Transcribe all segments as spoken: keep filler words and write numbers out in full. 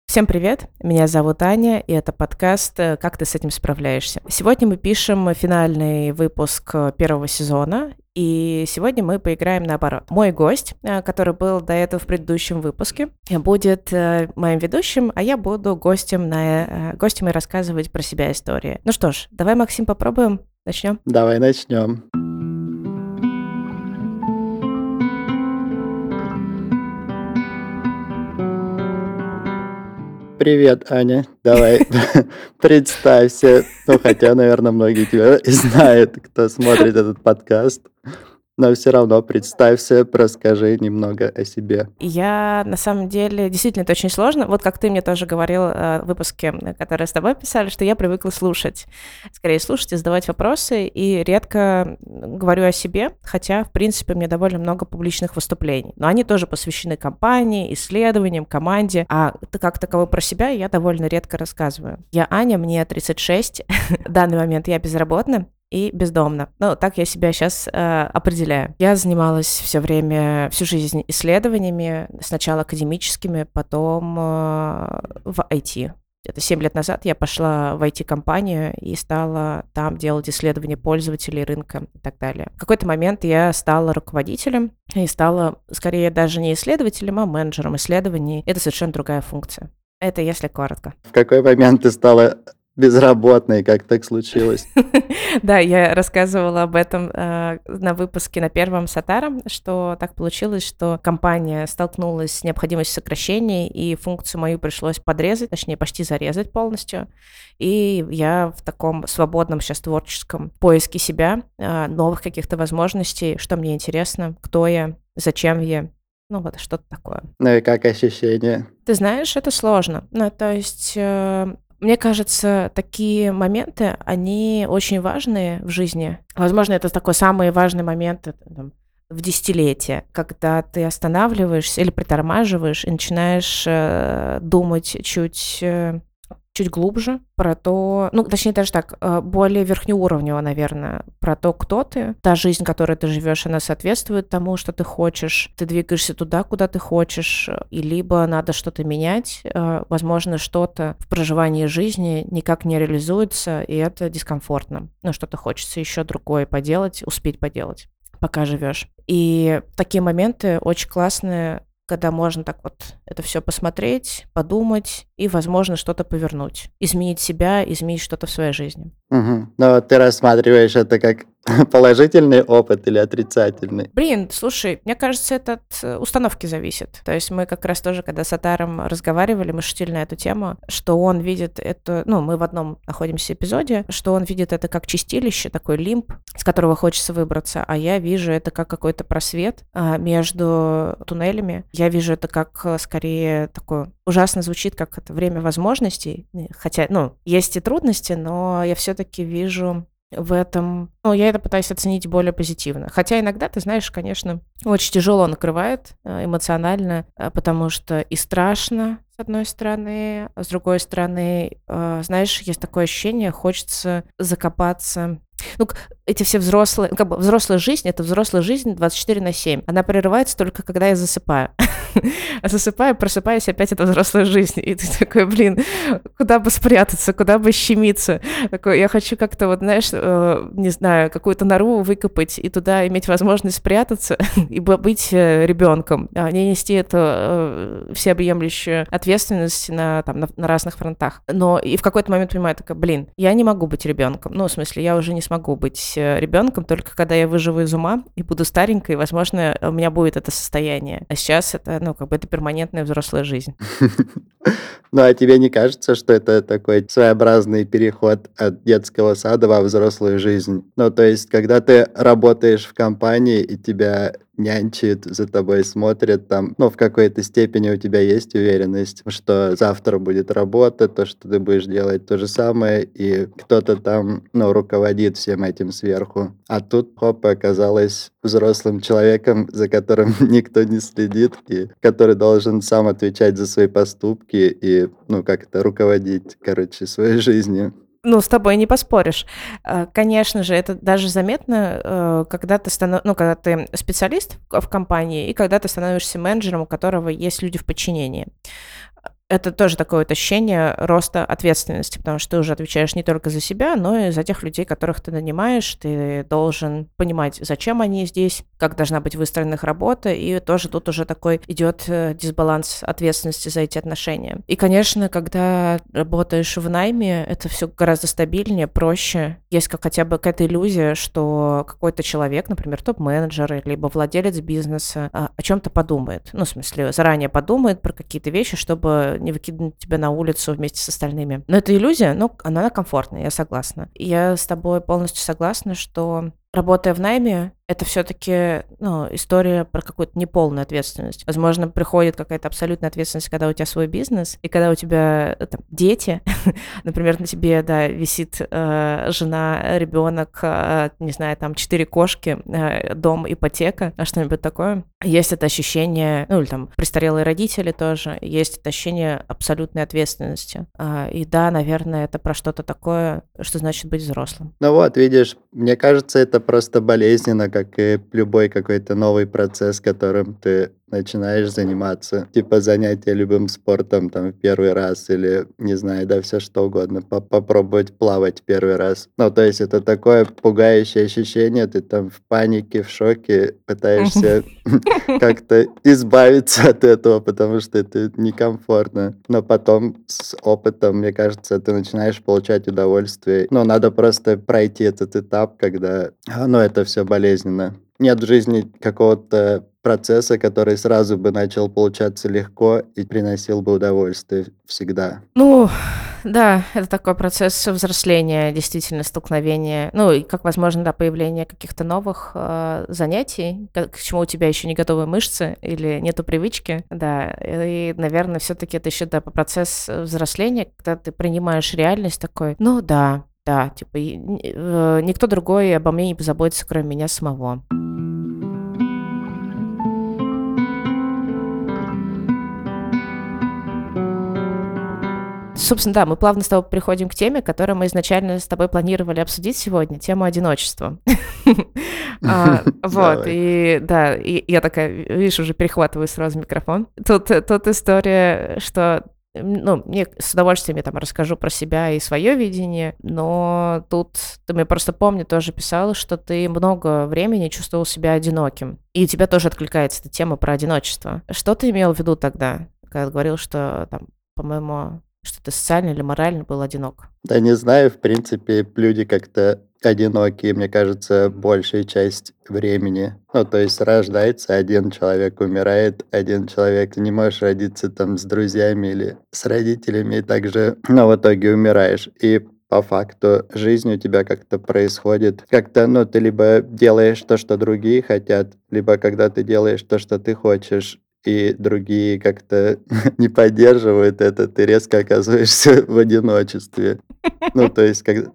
Всем привет, меня зовут Аня, и это подкаст э, «Как ты с этим справляешься?». Сегодня мы пишем финальный выпуск э, первого сезона, и сегодня мы поиграем наоборот. Мой гость, э, который был до этого в предыдущем выпуске, будет э, моим ведущим, а я буду гостем, на, э, гостем и рассказывать про себя истории. Ну что ж, давай, Максим, попробуем, начнем? Давай начнем. Привет, Аня. Давай представься. Ну, хотя, наверное, многие тебя и знают, кто смотрит этот подкаст. Но все равно представься, расскажи немного о себе. Я, на самом деле, действительно, это очень сложно. Вот как ты мне тоже говорил э, в выпуске, которые с тобой писали, что я привыкла слушать. Скорее слушать и задавать вопросы, и редко говорю о себе, хотя, в принципе, у меня довольно много публичных выступлений. Но они тоже посвящены компании, исследованиям, команде. А как таковой про себя я довольно редко рассказываю. Я Аня, мне тридцать шесть. В данный момент я безработна и бездомна. Ну, так я себя сейчас э, определяю. Я занималась все время, всю жизнь исследованиями, сначала академическими, потом э, в ай ти. Где-то семь лет назад я пошла в ай ти-компанию и стала там делать исследования пользователей, рынка и так далее. В какой-то момент я стала руководителем и стала, скорее, даже не исследователем, а менеджером исследований. Это совершенно другая функция. Это если коротко. В какой момент ты стала безработной, как так случилось? Да, я рассказывала об этом э, на выпуске на первом с Атаром, что так получилось, что компания столкнулась с необходимостью сокращений, и функцию мою пришлось подрезать, точнее, почти зарезать полностью. И я в таком свободном сейчас творческом поиске себя, э, новых каких-то возможностей, что мне интересно, кто я, зачем я. Ну, вот что-то такое. Ну и как ощущения? Ты знаешь, это сложно. Ну, то есть... Э, Мне кажется, такие моменты, они очень важные в жизни. Возможно, это такой самый важный момент там, в десятилетие, когда ты останавливаешься или притормаживаешь и начинаешь э, думать чуть... Э, чуть глубже про то, ну, точнее, даже так, более верхнеуровнево, наверное, про то, кто ты. Та жизнь, которой ты живешь, она соответствует тому, что ты хочешь. Ты двигаешься туда, куда ты хочешь, и либо надо что-то менять. Возможно, что-то в проживании жизни никак не реализуется, и это дискомфортно. Ну, что-то хочется еще другое поделать, успеть поделать, пока живешь. И такие моменты очень классные, когда можно так вот это все посмотреть, подумать и, возможно, что-то повернуть. Изменить себя, изменить что-то в своей жизни. Угу. Но ты рассматриваешь это как положительный опыт или отрицательный? Блин, слушай, мне кажется, это от установки зависит. То есть мы как раз тоже, когда с Атаром разговаривали, мы шутили на эту тему, что он видит это, ну, мы в одном находимся эпизоде, что он видит это как чистилище, такой лимб, с которого хочется выбраться, а я вижу это как какой-то просвет а, между туннелями. Я вижу это как, скорее, такое... Ужасно звучит, как это время возможностей. Хотя, ну, есть и трудности, но я все-таки вижу в этом... Ну, я это пытаюсь оценить более позитивно. Хотя иногда, ты знаешь, конечно, очень тяжело накрывает эмоционально, потому что и страшно, с одной стороны, а с другой стороны, знаешь, есть такое ощущение, хочется закопаться... Ну, эти все взрослые, как бы взрослая жизнь, это взрослая жизнь двадцать четыре на семь. Она прерывается только, когда я засыпаю. А засыпаю, просыпаюсь, опять это взрослая жизнь. И ты такой, блин, куда бы спрятаться, куда бы щемиться. Такой, я хочу как-то, вот, знаешь, э, не знаю, какую-то нору выкопать и туда иметь возможность спрятаться и быть ребенком, а не нести эту э, всеобъемлющую ответственность на, там, на, на разных фронтах. Но и в какой-то момент понимаю, такая, блин, я не могу быть ребенком. Ну, в смысле, я уже не смогу быть ребенком, только когда я выживу из ума и буду старенькой, возможно, у меня будет это состояние. А сейчас это, ну, как бы это перманентная взрослая жизнь. Ну, а тебе не кажется, что это такой своеобразный переход от детского сада во взрослую жизнь? Ну, то есть, когда ты работаешь в компании, и тебя нянчит, за тобой смотрят, там, ну, в какой-то степени у тебя есть уверенность, что завтра будет работа, то, что ты будешь делать то же самое, и кто-то там, ну, руководит всем этим сверху. А тут, хоп, оказалась взрослым человеком, за которым никто не следит, и который должен сам отвечать за свои поступки и, ну, как-то руководить, короче, своей жизнью. Ну, с тобой не поспоришь. Конечно же, это даже заметно, когда ты, станов... ну, когда ты специалист в компании и когда ты становишься менеджером, у которого есть люди в подчинении. это тоже такое вот ощущение роста ответственности, потому что ты уже отвечаешь не только за себя, но и за тех людей, которых ты нанимаешь. Ты должен понимать, зачем они здесь, как должна быть выстроена их работа, и тоже тут уже такой идет э, дисбаланс ответственности за эти отношения. И, конечно, когда работаешь в найме, это все гораздо стабильнее, проще. Есть как хотя бы какая-то иллюзия, что какой-то человек, например, топ-менеджер, либо владелец бизнеса, а, о чем-то подумает. Ну, в смысле, заранее подумает про какие-то вещи, чтобы не выкинуть тебя на улицу вместе с остальными. Но это иллюзия, но она комфортная, я согласна. И я с тобой полностью согласна, что работая в найме, это все-таки ну, история про какую-то неполную ответственность. Возможно, приходит какая-то абсолютная ответственность, когда у тебя свой бизнес, и когда у тебя э, там, дети, например, на тебе, да, висит э, жена, ребенок, э, не знаю, там, четыре кошки, э, дом, ипотека, а что-нибудь такое. Есть это ощущение, ну, или там, престарелые родители тоже, есть это ощущение абсолютной ответственности. А, и да, наверное, это про что-то такое, что значит быть взрослым. Ну вот, видишь, мне кажется, это просто болезненно, как и любой какой-то новый процесс, которым ты начинаешь заниматься. Типа занятия любым спортом там в первый раз или, не знаю, да, все что угодно. По- Попробовать плавать первый раз. Ну, то есть это такое пугающее ощущение, ты там в панике, в шоке, пытаешься как-то избавиться от этого, потому что это некомфортно. Но потом с опытом, мне кажется, ты начинаешь получать удовольствие. Но надо просто пройти этот этап, когда, а, ну, это все болезненно. Нет в жизни какого-то процесса, который сразу бы начал получаться легко и приносил бы удовольствие всегда. Ну, да, это такой процесс взросления, действительно, столкновения. Ну, и как, возможно, да, появление каких-то новых э, занятий, к к чему у тебя еще не готовы мышцы или нету привычки, да. И, наверное, все-таки это еще, да, процесс взросления, когда ты принимаешь реальность такой, ну да, да, типа, и н- э, никто другой обо мне не позаботится, кроме меня самого. Собственно, да, мы плавно с тобой приходим к теме, которую мы изначально с тобой планировали обсудить сегодня, тему одиночества. А, Вот, Давай. и да, и я такая, видишь, уже перехватываю сразу микрофон. Тут, э, тут история, что м, ну, мне с удовольствием я там расскажу про себя и свое видение, но тут ты мне просто помню, тоже писала, что ты много времени чувствовал себя одиноким, и у тебя тоже откликается эта тема про одиночество. Что ты имел в виду тогда, когда говорил, что там, по-моему, что ты социально или морально был одинок? Да не знаю, в принципе, люди как-то одинокие, мне кажется, большая часть времени. Ну, то есть рождается один человек, умирает один человек. Ты не можешь родиться там с друзьями или с родителями, и также, ну, в итоге умираешь. И по факту жизнь у тебя как-то происходит. Как-то, ну, ты либо делаешь то, что другие хотят, либо когда ты делаешь то, что ты хочешь, и другие как-то не поддерживают это, ты резко оказываешься в одиночестве. Ну, то есть, когда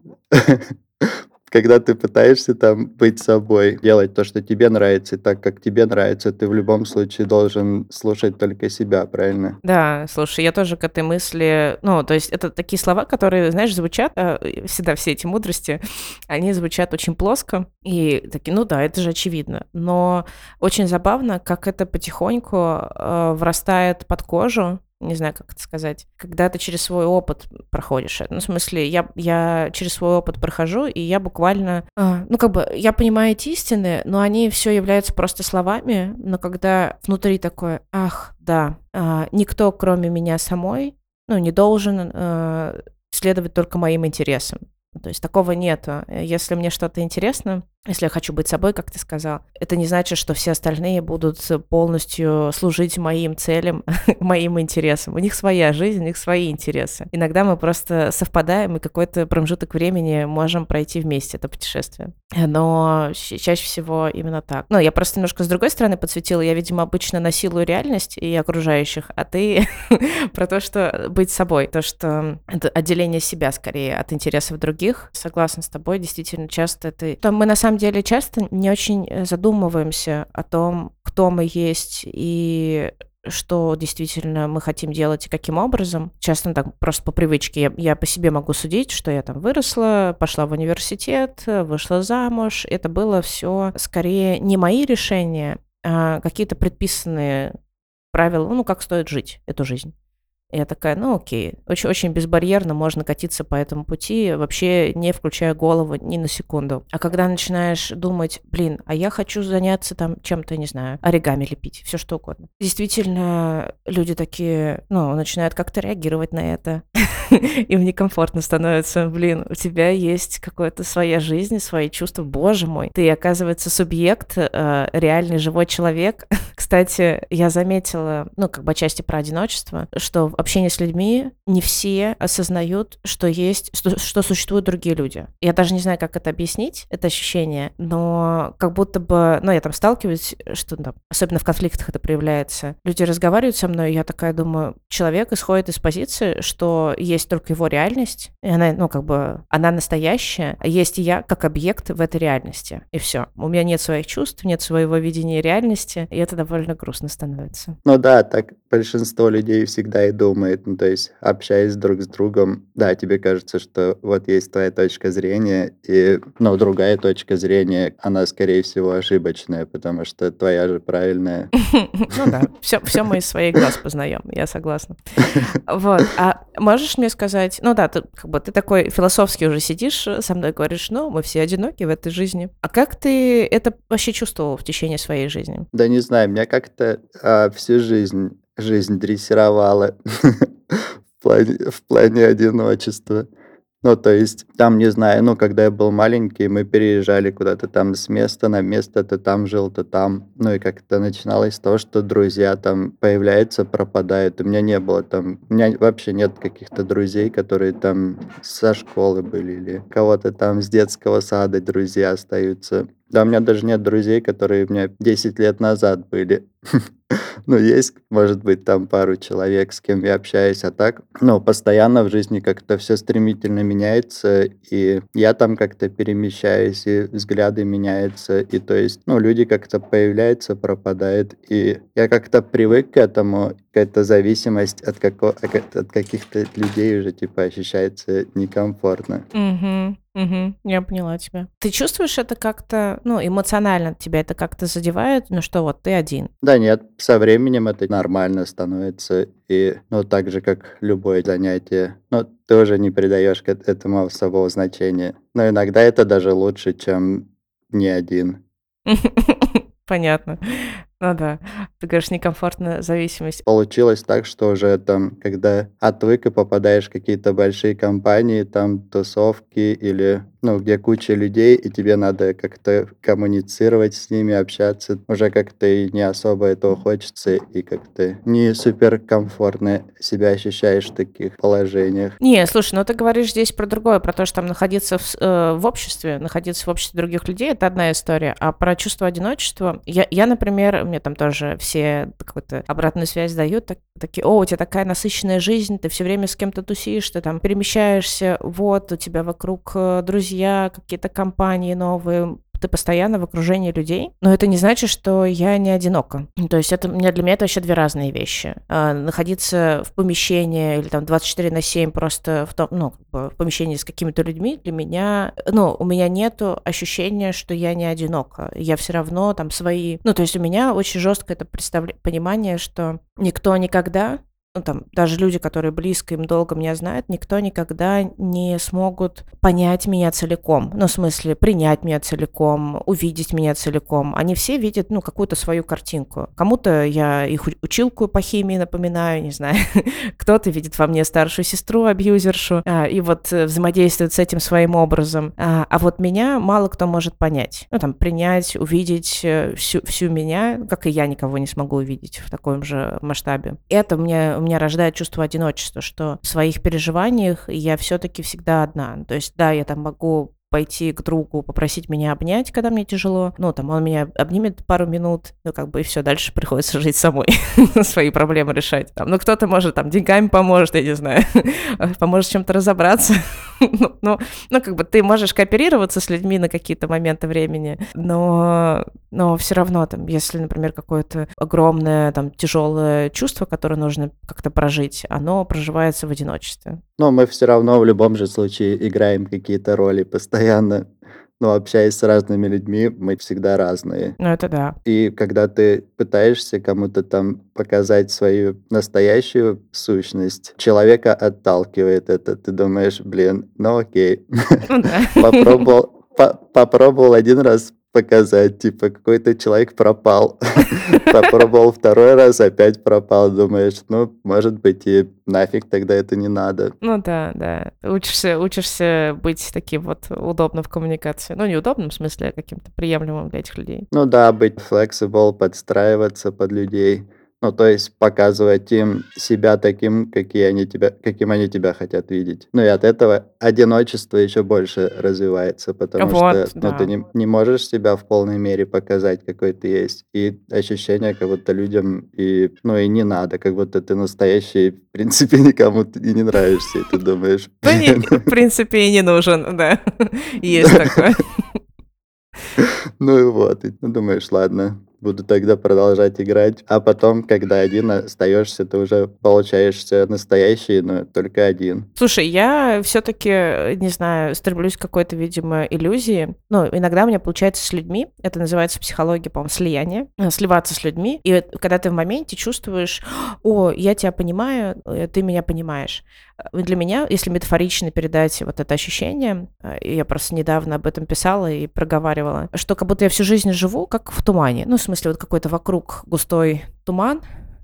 когда ты пытаешься там быть собой, делать то, что тебе нравится, и так, как тебе нравится, ты в любом случае должен слушать только себя, правильно? Да, слушай, я тоже к этой мысли, ну, то есть это такие слова, которые, знаешь, звучат, э, всегда все эти мудрости, они звучат очень плоско, и такие, ну да, это же очевидно, но очень забавно, как это потихоньку э, врастает под кожу, не знаю, как это сказать, когда ты через свой опыт проходишь это. Ну, в смысле, я, я через свой опыт прохожу, и я буквально, а, ну, как бы, я понимаю эти истины, но они все являются просто словами, но когда внутри такое, ах, да, а, никто, кроме меня самой, ну, не должен э, следовать только моим интересам. Ну, то есть такого нету. Если мне что-то интересно, если я хочу быть собой, как ты сказал, это не значит, что все остальные будут полностью служить моим целям, моим интересам. У них своя жизнь, у них свои интересы. Иногда мы просто совпадаем, и какой-то промежуток времени можем пройти вместе это путешествие. Но ча- чаще всего именно так. Ну, я просто немножко с другой стороны подсветила. Я, видимо, обычно насилую реальность и окружающих, а ты про то, что быть собой. То, что это отделение себя скорее от интересов других. Согласна с тобой, действительно, часто это... То мы на самом деле часто не очень э, задумываемся о том, кто мы есть и что действительно мы хотим делать и каким образом. Часто ну, так просто по привычке. Я, я по себе могу судить, что я там выросла, пошла в университет, э, вышла замуж. Это было все скорее не мои решения, а какие-то предписанные правила, ну, как стоит жить эту жизнь. И я такая, ну окей, очень, очень безбарьерно можно катиться по этому пути, вообще не включая голову ни на секунду. А когда начинаешь думать, блин, а я хочу заняться там чем-то, не знаю, оригами лепить, все что угодно. Действительно, люди такие, ну, начинают как-то реагировать на это. Им некомфортно становится, блин, у тебя есть какая-то своя жизнь, свои чувства, боже мой. Ты, оказывается, субъект, э, реальный живой человек. Кстати, я заметила, ну, как бы отчасти про одиночество, что в общении с людьми не все осознают, что есть, что, что существуют другие люди. Я даже не знаю, как это объяснить, это ощущение, но как будто бы, ну, я там сталкиваюсь, что там, особенно в конфликтах это проявляется. Люди разговаривают со мной, и я такая думаю, человек исходит из позиции, что есть только его реальность, и она, ну, как бы, она настоящая, а есть я как объект в этой реальности, и все. У меня нет своих чувств, нет своего видения реальности, и это довольно грустно становится. Ну да, так большинство людей всегда и думает. Ну, то есть, общаясь друг с другом, да, тебе кажется, что вот есть твоя точка зрения, и, ну, другая точка зрения, она, скорее всего, ошибочная, потому что твоя же правильная. Ну да, все, все мы из своих глаз познаем, я согласна. Вот, а можешь мне сказать, ну да, ты как бы ты такой философски уже сидишь э, со мной, говоришь, ну, мы все одиноки в этой жизни. А как ты это вообще чувствовал в течение своей жизни? Да не знаю, меня как-то а, всю жизнь жизнь дрессировала в плане, в плане одиночества. Ну, то есть, там, не знаю, ну, когда я был маленький, мы переезжали куда-то там с места на место, то там жил, то там. Ну, и как-то начиналось с того, что друзья там появляются, пропадают. У меня не было там, у меня вообще нет каких-то друзей, которые там со школы были или кого-то там с детского сада друзья остаются. Да, у меня даже нет друзей, которые у меня десять лет назад были. Ну, есть, может быть, там пару человек, с кем я общаюсь, а так, ну, постоянно в жизни как-то все стремительно меняется, и я там как-то перемещаюсь, и взгляды меняются, и то есть, ну, люди как-то появляются, пропадают, и я как-то привык к этому, какая-то зависимость от, како- от от каких-то людей уже, типа, ощущается некомфортно. Мгм, мгм. Я поняла тебя. Ты чувствуешь это как-то, ну, эмоционально тебя это как-то задевает, ну что вот ты один? Да нет, со временем это нормально становится. И, ну, так же, как любое занятие, ну, ты уже не придаешь к эт- этому особого значения. Но иногда это даже лучше, чем не один. Понятно. Ну да. Ты говоришь, некомфортная зависимость. Получилось так, что уже там, когда отвык и попадаешь в какие-то большие компании, там тусовки или, ну, где куча людей, и тебе надо как-то коммуницировать с ними, общаться, уже как-то и не особо этого хочется, и как-то не супер комфортно себя ощущаешь в таких положениях. Не, слушай, ну ты говоришь здесь про другое, про то, что там находиться в, с- э, в обществе, находиться в обществе других людей, это одна история. А про чувство одиночества, я, я, например, мне там тоже все какую-то обратную связь дают, так- такие, о, у тебя такая насыщенная жизнь, ты все время с кем-то тусишь, ты там перемещаешься, вот, у тебя вокруг э, друзья, какие-то компании новые, ты постоянно в окружении людей, но это не значит, что я не одинока. Ну, то есть это у меня- для меня это вообще две разные вещи. А, находиться в помещении или там двадцать четыре на семь просто в том, ну, как бы в помещении с какими-то людьми для меня, ну, у меня нету ощущения, что я не одинока. Я все равно там свои, ну, то есть у меня очень жестко это представление, понимание, что никто никогда, ну, там, даже люди, которые близко им долго меня знают, никто никогда не смогут понять меня целиком. Ну, в смысле, принять меня целиком, увидеть меня целиком. Они все видят, ну, какую-то свою картинку. Кому-то я их у- училку по химии напоминаю, не знаю. Кто-то видит во мне старшую сестру, абьюзершу, а, и вот э, взаимодействует с этим своим образом. А, а вот меня мало кто может понять. Ну, там, принять, увидеть э, всю, всю меня, как и я никого не смогу увидеть в таком же масштабе. Это мне, у меня рождает чувство одиночества, что в своих переживаниях я все-таки всегда одна. То есть, да, я там могу пойти к другу, попросить меня обнять, когда мне тяжело. Ну, там, он меня обнимет пару минут, ну, как бы, и все, дальше приходится жить самой, свои проблемы решать. Там, ну, кто-то может, там, деньгами поможет, я не знаю, поможет чем-то разобраться. Ну, ну, ну, как бы, ты можешь кооперироваться с людьми на какие-то моменты времени, но, но все равно, там, если, например, какое-то огромное, там, тяжелое чувство, которое нужно как-то прожить, оно проживается в одиночестве. Но мы все равно в любом же случае играем какие-то роли постоянно. ну, общаясь с разными людьми, мы всегда разные. Ну, это да. И когда ты пытаешься кому-то там показать свою настоящую сущность, человека отталкивает это. Ты думаешь, блин, ну окей. Ну да. Попробовал, по- попробовал один раз показать, типа, какой-то человек пропал. Попробовал второй раз, опять пропал. Думаешь, ну, может быть, и нафиг тогда это не надо. Ну да, да. Учишься, учишься быть таким вот удобным в коммуникации. Ну, не удобным, в смысле, а каким-то приемлемым для этих людей. Ну да, быть flexible, подстраиваться под людей. Ну, то есть показывать им себя таким, какие они тебя, каким они тебя хотят видеть. Ну и от этого одиночество еще больше развивается, потому что Вот, ну, ты да. не, не можешь себя в полной мере показать, какой ты есть. И ощущение, как будто людям и, ну, и не надо, как будто ты настоящий, в принципе, никому ты и не нравишься, и ты думаешь, Ну, не, блин, в принципе, и не нужен, да. Есть такое. ну и вот, и ты думаешь, ладно, буду тогда продолжать играть. А потом, когда один остаешься, ты уже получаешься настоящий, но только один. Слушай, я все-таки, не знаю, стремлюсь к какой-то, видимо, иллюзии. Ну, иногда у меня получается с людьми, это называется психология, по-моему, слияние, э, сливаться с людьми. И вот когда ты в моменте чувствуешь, о, я тебя понимаю, э, ты меня понимаешь. Э, Для меня, если метафорично передать вот это ощущение, э, и я просто недавно об этом писала и проговаривала, что как будто я всю жизнь живу как в тумане. Ну, в смысле, вот какой-то вокруг густой туман,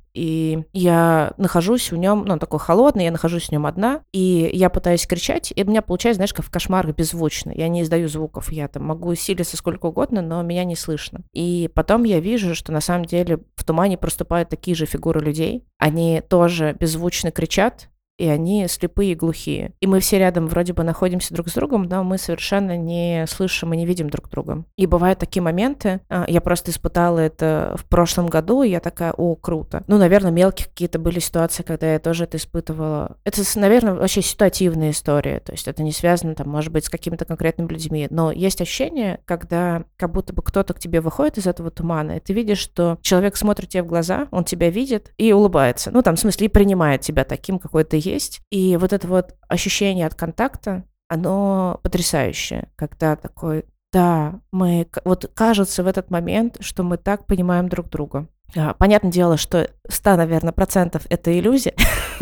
и я нахожусь в нем, ну, он такой холодный, я нахожусь в нем одна, и я пытаюсь кричать, и у меня получается, знаешь, как в кошмарах беззвучно. Я не издаю звуков, я там могу силиться сколько угодно, но меня не слышно. И потом я вижу, что на самом деле в тумане проступают такие же фигуры людей. Они тоже беззвучно кричат, и они слепые и глухие. И мы все рядом вроде бы находимся друг с другом, но мы совершенно не слышим и не видим друг друга. И бывают такие моменты, а, я просто испытала это в прошлом году, и я такая, о, круто. Ну, наверное, мелкие какие-то были ситуации, когда я тоже это испытывала. Это, с- наверное, вообще ситуативная история, то есть это не связано, там, может быть, с какими-то конкретными людьми, но есть ощущение, когда как будто бы кто-то к тебе выходит из этого тумана, и ты видишь, что человек смотрит тебе в глаза, он тебя видит и улыбается. Ну, там, в смысле, и принимает тебя таким, какой ты есть. И вот это вот ощущение от контакта, оно потрясающее, когда такой, да, мы, к- вот кажется в этот момент, что мы так понимаем друг друга. А, Понятное дело, что сто, наверное, процентов это иллюзия,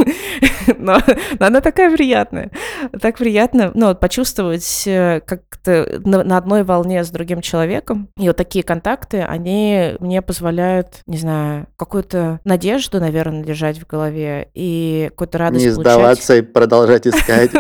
но, но она такая приятная. Так приятно, ну, вот почувствовать, э, как ты на, на одной волне с другим человеком. И вот такие контакты, они мне позволяют, не знаю, какую-то надежду, наверное, держать в голове и какую-то Не радость получать. сдаваться и продолжать искать.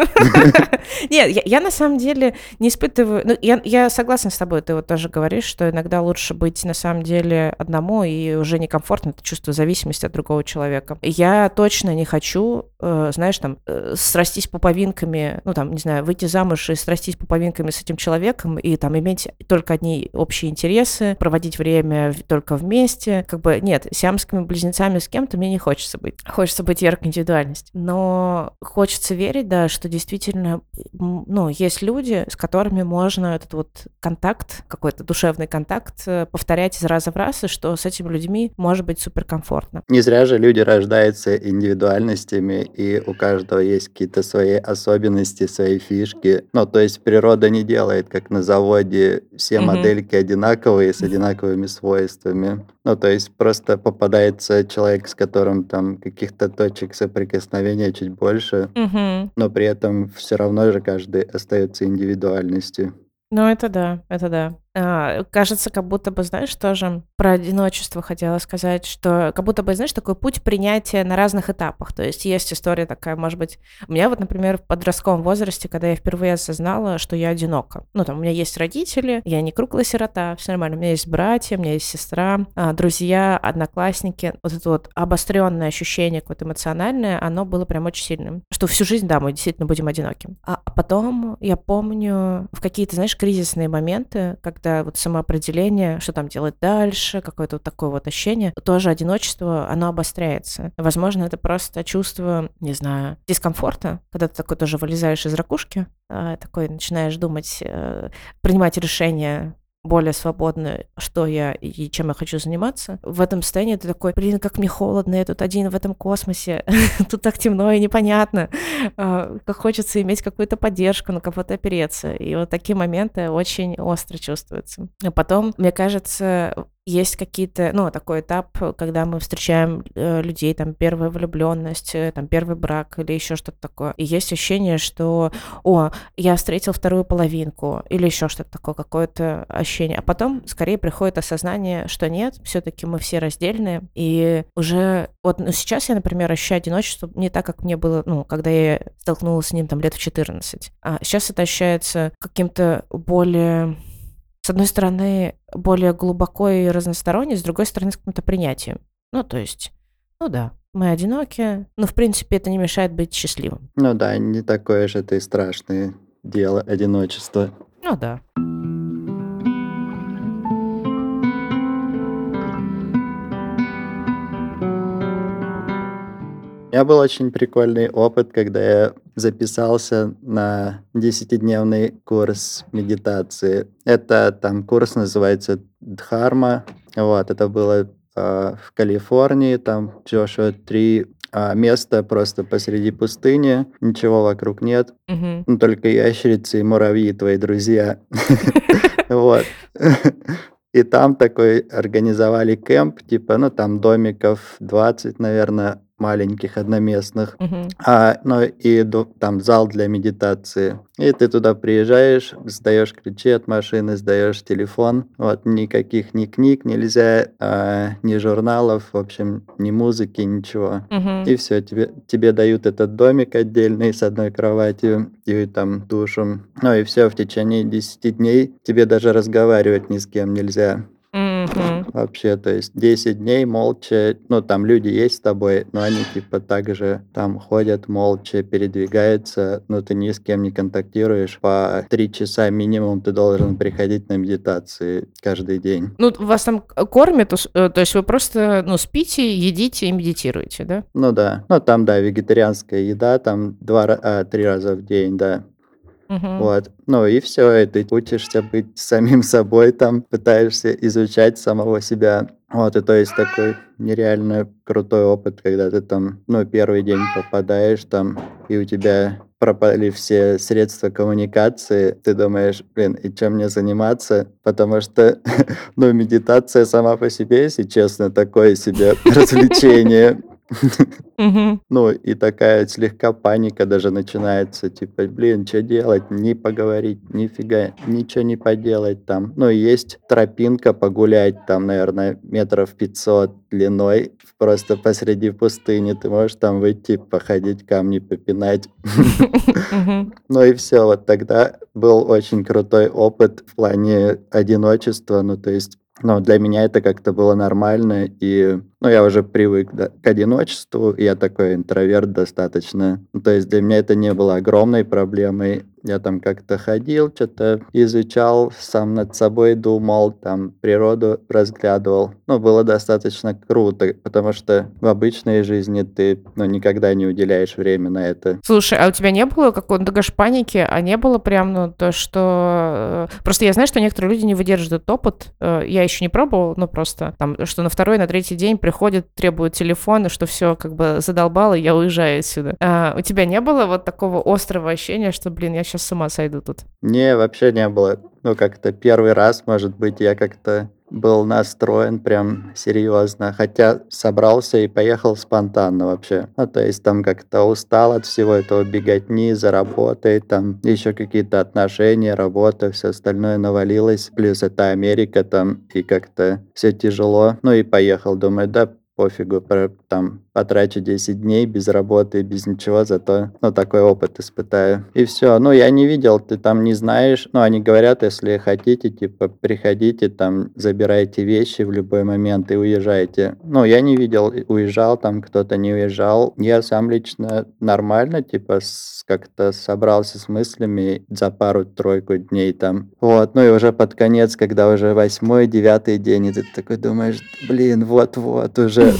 Нет, я, я на самом деле не испытываю... Ну, я, я согласна с тобой, ты вот тоже говоришь, что иногда лучше быть на самом деле одному, и уже некомфортно это чувство зависимости от другого человека. Я точно не хочу, э, знаешь, там, э, срастись пуповинками, ну, там, не знаю, выйти замуж и срастись пуповинками с этим человеком, и там иметь только одни общие интересы, проводить время в- только вместе. Как бы, нет, сиамскими близнецами с кем-то мне не хочется быть. Хочется быть яркой индивидуальностью. Но хочется верить, да, что действительно, м, ну, есть люди, с которыми можно этот вот контакт, какой-то душевный контакт э, повторять из раза в раз, и что с этими людьми может быть суперкомфортно. Не зря же люди рождаются индивидуальностями, и у каждого есть какие-то свои особенности, свои фишки. Ну, то есть природа не делает, как на заводе, все Мгм. модельки одинаковые, с одинаковыми свойствами. Ну, то есть просто попадается человек, с которым там каких-то точек соприкосновения чуть больше, Мгм. но при этом все равно же каждый остается индивидуальностью. Ну, это да, это да. А, кажется, как будто бы, знаешь, тоже про одиночество хотела сказать, что как будто бы, знаешь, такой путь принятия на разных этапах. То есть есть история такая, может быть, у меня вот, например, в подростковом возрасте, когда я впервые осознала, что я одинока. Ну, там, у меня есть родители, я не круглая сирота, все нормально. У меня есть братья, у меня есть сестра, а, друзья, одноклассники. Вот это вот обостренное ощущение какое-то эмоциональное, оно было прям очень сильным. Что всю жизнь, да, мы действительно будем одиноким. А а потом я помню в какие-то, знаешь, кризисные моменты, когда вот самоопределение, что там делать дальше, какое-то вот такое вот ощущение, тоже одиночество, оно обостряется. Возможно, это просто чувство, не знаю, дискомфорта, когда ты такой тоже вылезаешь из ракушки, а, такой начинаешь думать, э, принимать решения более свободно, что я и чем я хочу заниматься. В этом состоянии ты такой: блин, как мне холодно, я тут один в этом космосе, тут так темно и непонятно, а, как хочется иметь какую-то поддержку, на кого-то опереться. И вот такие моменты очень остро чувствуются. А потом, мне кажется, есть какие-то, ну, такой этап, когда мы встречаем э, людей, там, первая влюбленность, э, там, первый брак или еще что-то такое. И есть ощущение, что, о, я встретил вторую половинку или еще что-то такое, какое-то ощущение. А потом скорее приходит осознание, что нет, все-таки мы все раздельные. И уже вот ну, сейчас я, например, ощущаю одиночество не так, как мне было, ну, когда я столкнулась с ним там лет в четырнадцать. А сейчас это ощущается каким-то более... С одной стороны, более глубоко и разносторонне, с другой стороны, с каким-то принятием. Ну, то есть, ну да, мы одиноки, но, в принципе, это не мешает быть счастливым. Ну да, не такое же это и страшное дело, одиночество. Ну да. У меня был очень прикольный опыт, когда я записался на десятидневный курс медитации. Это там курс называется Дхарма. Вот, это было а, в Калифорнии, там Джошуа три а, место просто посреди пустыни, ничего вокруг нет, Мгм. ну, только ящерицы и муравьи, твои друзья. Вот. И там такой организовали кемп, типа, ну, там домиков двадцать, наверное, маленьких, одноместных. Мгм. А, ну, и ду- там зал для медитации. И ты туда приезжаешь, сдаешь ключи от машины, сдаешь телефон. Вот, никаких ни книг нельзя, а, ни журналов, в общем, ни музыки, ничего. Мгм. И все, тебе, тебе дают этот домик отдельный с одной кроватью и там душем. Ну и все, в течение десяти дней тебе даже разговаривать ни с кем нельзя. Мгм. Вообще, то есть десять дней молча, ну там люди есть с тобой, но они типа также там ходят молча, передвигаются, но ты ни с кем не контактируешь. По три часа минимум ты должен приходить на медитации каждый день. Ну, вас там к- кормят, ус- э, то есть вы просто, ну, спите, едите и медитируете, да? Ну да, ну там, да, вегетарианская еда, там два, ра- а, три раза в день, да. Мгм. Вот. Ну и все, и ты учишься быть самим собой, там пытаешься изучать самого себя. Вот, и то есть такой нереально крутой опыт, когда ты там, ну, первый день попадаешь там, и у тебя пропали все средства коммуникации. Ты думаешь, блин, и чем мне заниматься? Потому что, ну, медитация сама по себе, если честно, такое себе развлечение. Мгм. Ну, и такая слегка паника даже начинается, типа, блин, что делать, не поговорить, нифига, ничего не поделать там. Ну, и есть тропинка погулять, там, наверное, метров пятьсот длиной, просто посреди пустыни. Ты можешь там выйти, походить, камни попинать. Мгм. Ну и все, вот тогда был очень крутой опыт в плане одиночества. Ну, то есть, ну, для меня это как-то было нормально, и, ну, я уже привык, да, к одиночеству, я такой интроверт достаточно. Ну, то есть для меня это не было огромной проблемой. Я там как-то ходил, что-то изучал, сам над собой думал, там природу разглядывал. Ну, было достаточно круто, потому что в обычной жизни ты, ну, никогда не уделяешь время на это. Слушай, а у тебя не было какой-то даже паники, а не было прям, ну, то, что... э, Просто я знаю, что некоторые люди не выдерживают этот опыт. Э, Я еще не пробовала, но просто там, что на второй, на третий день приходят, требуют телефон, и что все как бы задолбало, и я уезжаю отсюда. А у тебя не было вот такого острого ощущения, что, блин, я сейчас с ума сойду тут? Не, вообще не было. Ну, как-то первый раз, может быть, я как-то был настроен прям серьезно, хотя собрался и поехал спонтанно вообще. Ну, то есть там как-то устал от всего этого беготни за работой, там еще какие-то отношения, работа, все остальное навалилось. Плюс это Америка там, и как-то все тяжело. Ну и поехал, думаю, да, пофигу, про- там потрачу десять дней без работы, без ничего, зато, ну, такой опыт испытаю. И все. Ну, я не видел, ты там не знаешь. Ну, они говорят, если хотите, типа, приходите, там, забирайте вещи в любой момент и уезжайте. Ну, я не видел, и уезжал там, кто-то не уезжал. Я сам лично нормально, типа, с- как-то собрался с мыслями за пару-тройку дней там. Вот, ну и уже под конец, когда уже восьмой, девятый день, и ты такой думаешь, блин, вот-вот, уже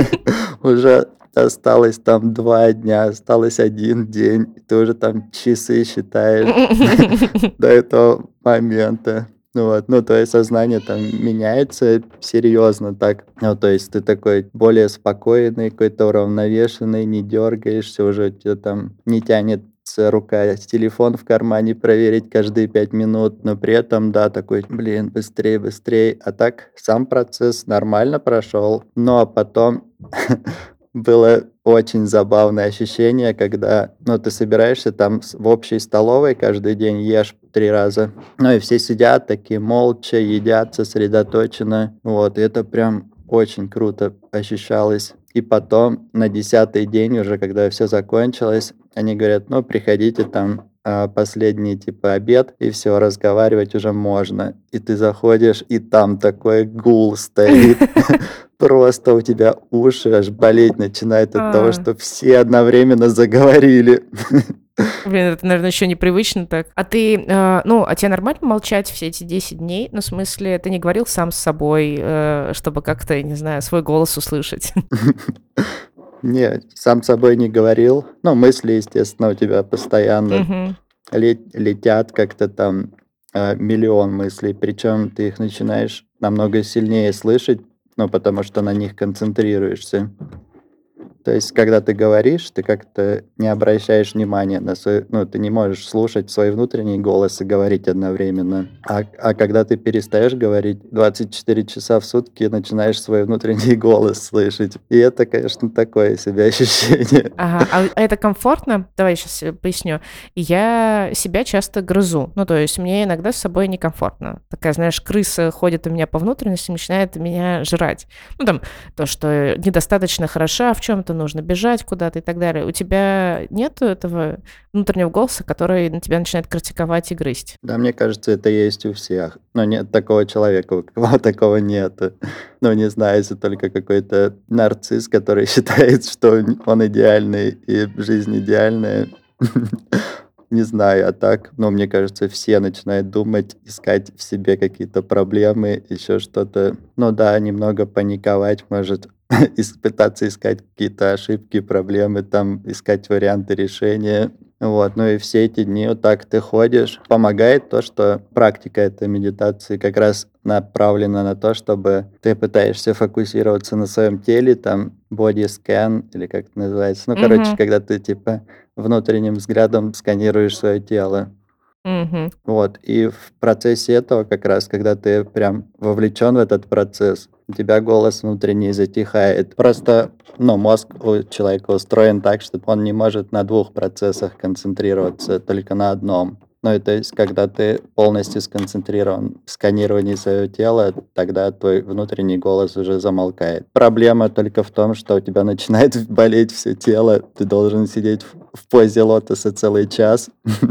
уже осталось там два дня, осталось один день, и ты уже там часы считаешь до этого момента. Ну вот, ну, твое сознание там меняется серьезно так. Ну, то есть ты такой более спокойный, какой-то уравновешенный, не дергаешься, уже тебя там не тянет рука телефон в кармане проверить каждые пять минут, но при этом, да, такой, блин, быстрее, быстрее. А так сам процесс нормально прошел. Ну, а потом было очень забавное ощущение, когда, ну, ты собираешься там с- в общей столовой каждый день, ешь три раза, ну, и все сидят такие молча, едят сосредоточенно, вот, и это прям очень круто ощущалось. И потом на десятый день уже, когда все закончилось, они говорят, ну, приходите там а, последний, типа, обед, и все, разговаривать уже можно. И ты заходишь, и там такой гул стоит. Просто у тебя уши аж болеть начинают от того, А, что все одновременно заговорили. Блин, это, наверное, еще непривычно так. А ты, э, ну, а тебе нормально молчать все эти десять дней? Ну, в смысле, ты не говорил сам с собой, э, чтобы как-то, не знаю, свой голос услышать? Не, сам собой не говорил. Ну, мысли, естественно, у тебя постоянно Мгм. ле- летят как-то там а, миллион мыслей. Причем ты их начинаешь намного сильнее слышать, ну, потому что на них концентрируешься. То есть, когда ты говоришь, ты как-то не обращаешь внимания на свой, ну, ты не можешь слушать свой внутренний голос и говорить одновременно. А, а когда ты перестаешь говорить, двадцать четыре часа в сутки начинаешь свой внутренний голос слышать. И это, конечно, такое себе ощущение. Ага, а а это комфортно? Давай сейчас поясню. Я себя часто грызу. Ну, то есть мне иногда с собой некомфортно. Такая, знаешь, крыса ходит у меня по внутренности, начинает меня жрать. Ну, там, то, что недостаточно хороша в чем-то, нужно бежать куда-то и так далее. У тебя нет этого внутреннего голоса, который на тебя начинает критиковать и грызть? Да, мне кажется, это есть у всех. Но нет такого человека, у кого такого нет. Ну, не знаю, если только какой-то нарцисс, который считает, что он он идеальный и жизнь идеальная. Не знаю, а так, ну, мне кажется, все начинают думать, искать в себе какие-то проблемы, еще что-то. Ну да, немного паниковать, может, ис- пытаться искать какие-то ошибки, проблемы, там, искать варианты решения. Вот, ну и все эти дни вот так ты ходишь. Помогает то, что практика этой медитации как раз направлена на то, чтобы ты пытаешься фокусироваться на своем теле, там, body scan, или как это называется. Ну, короче, Мгм. когда ты, типа, внутренним взглядом сканируешь свое тело. Мгм. Вот, и в процессе этого как раз, когда ты прям вовлечен в этот процесс, у тебя голос внутренний затихает. Просто, ну, мозг у человека устроен так, что он не может на двух процессах концентрироваться, только на одном. Ну и то есть, когда ты полностью сконцентрирован в сканировании своего тела, тогда твой внутренний голос уже замолкает. Проблема только в том, что у тебя начинает болеть все тело, ты должен сидеть в в позе лотоса целый час.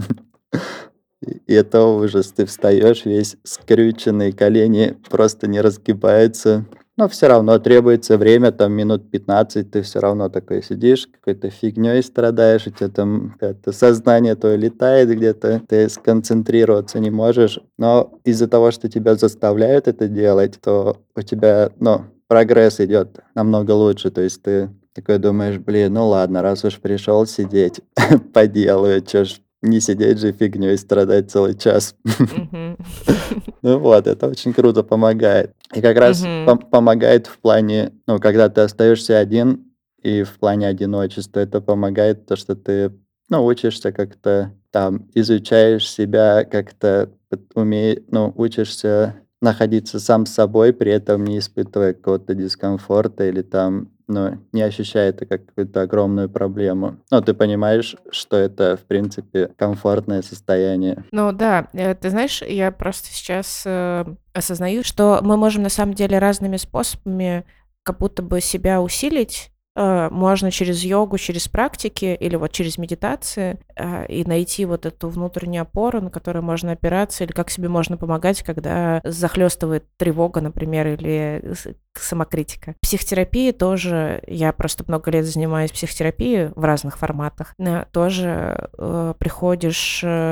И и это ужас. Ты встаешь весь скрюченный, колени просто не разгибаются. Но все равно требуется время, там минут пятнадцать, ты все равно такой сидишь, какой-то фигней страдаешь, у тебя там это сознание твое летает где-то, ты сконцентрироваться не можешь. Но из-за того, что тебя заставляют это делать, то у тебя, ну, прогресс идет намного лучше. То есть ты такой думаешь: "Блин, ну ладно, раз уж пришел сидеть, поделаю, чё ж не сидеть же фигней страдать целый час". Мгм. Ну вот, это очень круто помогает. И как раз Мгм. пом помогает в плане, ну, когда ты остаешься один, и в плане одиночества это помогает то, что ты, ну, учишься как-то там, изучаешь себя, как-то пыт умее ну, учишься находиться сам с собой, при этом не испытывая какого-то дискомфорта или там, ну, не ощущая это как какую-то огромную проблему. Ну, ты понимаешь, что это, в принципе, комфортное состояние. Ну да, э, ты знаешь, я просто сейчас э, осознаю, что мы можем на самом деле разными способами как будто бы себя усилить. Э, Можно через йогу, через практики или вот через медитации э, и найти вот эту внутреннюю опору, на которую можно опираться, или как себе можно помогать, когда захлестывает тревога, например, или с- самокритика. Психотерапия тоже, я просто много лет занимаюсь психотерапией в разных форматах, э, тоже э, приходишь э,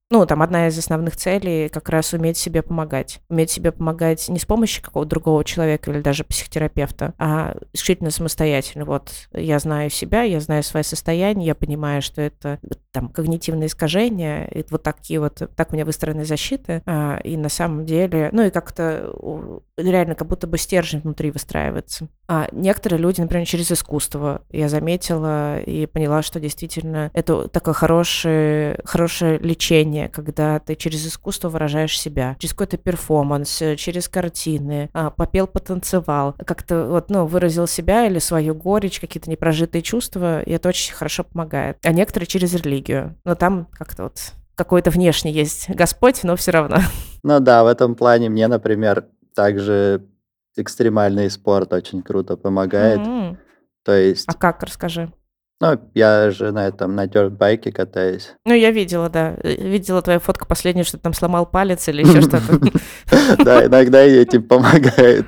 Ну, там одна из основных целей как раз уметь себе помогать. Уметь себе помогать не с помощью какого-то другого человека или даже психотерапевта, а исключительно самостоятельно. Вот я знаю себя, я знаю свое состояние, я понимаю, что это там когнитивные искажения, и вот такие вот, так у меня выстроены защиты, а, и на самом деле, ну и как-то у- реально как будто бы стержень внутри выстраивается. А некоторые люди, например, через искусство, я заметила и поняла, что действительно это такое хорошее, хорошее лечение, когда ты через искусство выражаешь себя, через какой-то перформанс, э, через картины, а, попел, потанцевал, как-то вот, ну, выразил себя или свою горечь, какие-то непрожитые чувства, и это очень хорошо помогает. А некоторые через религию, но там как-то вот какой-то внешний есть Господь, но все равно. Ну да, в этом плане мне, например, также экстремальный спорт очень круто помогает. М. То А есть, как, расскажи? ну, я же на этом, на дёрт-байке катаюсь. Ну, я видела, да. э, Видела твою фотку последнюю, что ты там сломал палец или еще что-то. Да, иногда и этим помогает.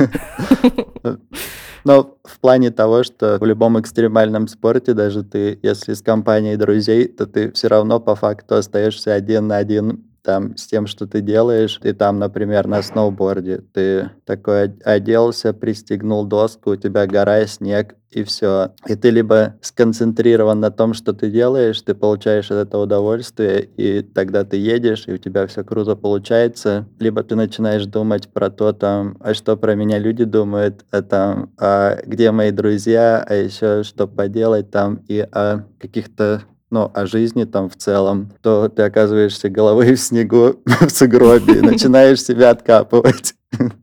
Но в плане того, что в любом экстремальном спорте, даже ты, если с компанией друзей, то ты все равно по факту остаешься один на один там с тем, что ты делаешь. Ты там, например, на сноуборде, ты такой од- оделся, пристегнул доску, у тебя гора, снег, и все. И ты либо сконцентрирован на том, что ты делаешь, ты получаешь от этого удовольствие, и тогда ты едешь, и у тебя все круто получается, либо ты начинаешь думать про то, там, а что про меня люди думают, а там, а где мои друзья, а еще что поделать там, и о каких-то, ну, о жизни там в целом, то ты оказываешься головой в снегу, в сугробе, и начинаешь себя откапывать.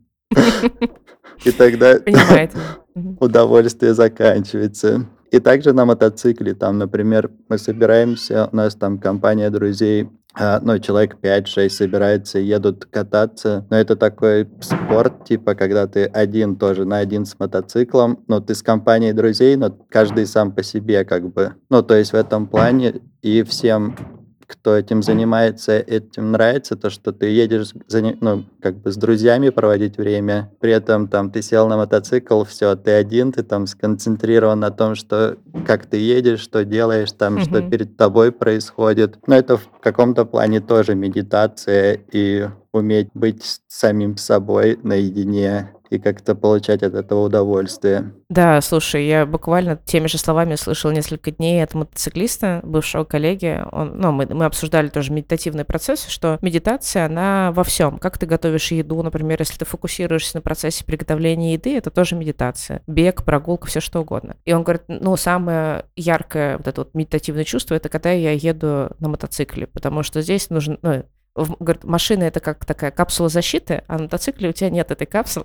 И тогда Понимаю тебя. Мгм. удовольствие заканчивается. И также на мотоцикле, там, например, мы собираемся, у нас там компания друзей, а, ну, человек пять-шесть собирается, едут кататься. Но это такой спорт, типа, когда ты один тоже на один с мотоциклом, но ты с компанией друзей, но каждый сам по себе, как бы. Ну, то есть в этом плане и всем, кто этим занимается, этим нравится, то, что ты едешь, зани- ну, как бы с друзьями проводить время, при этом там ты сел на мотоцикл, все, ты один, ты там сконцентрирован на том, что как ты едешь, что делаешь, там, что Мгм. перед тобой происходит. Но это в каком-то плане тоже медитация и уметь быть с самим собой наедине и как-то получать от этого удовольствие. Да, слушай, я буквально теми же словами слышала несколько дней от мотоциклиста, бывшего коллеги. Он, ну, мы, мы обсуждали тоже медитативный процесс, что медитация, она во всем. Как ты готовишь еду, например, если ты фокусируешься на процессе приготовления еды, это тоже медитация. Бег, прогулка, все что угодно. И он говорит, ну, самое яркое вот это вот медитативное чувство, это когда я еду на мотоцикле, потому что здесь нужно, ну, в- говорит, машина это как такая капсула защиты, а на мотоцикле у тебя нет этой капсулы,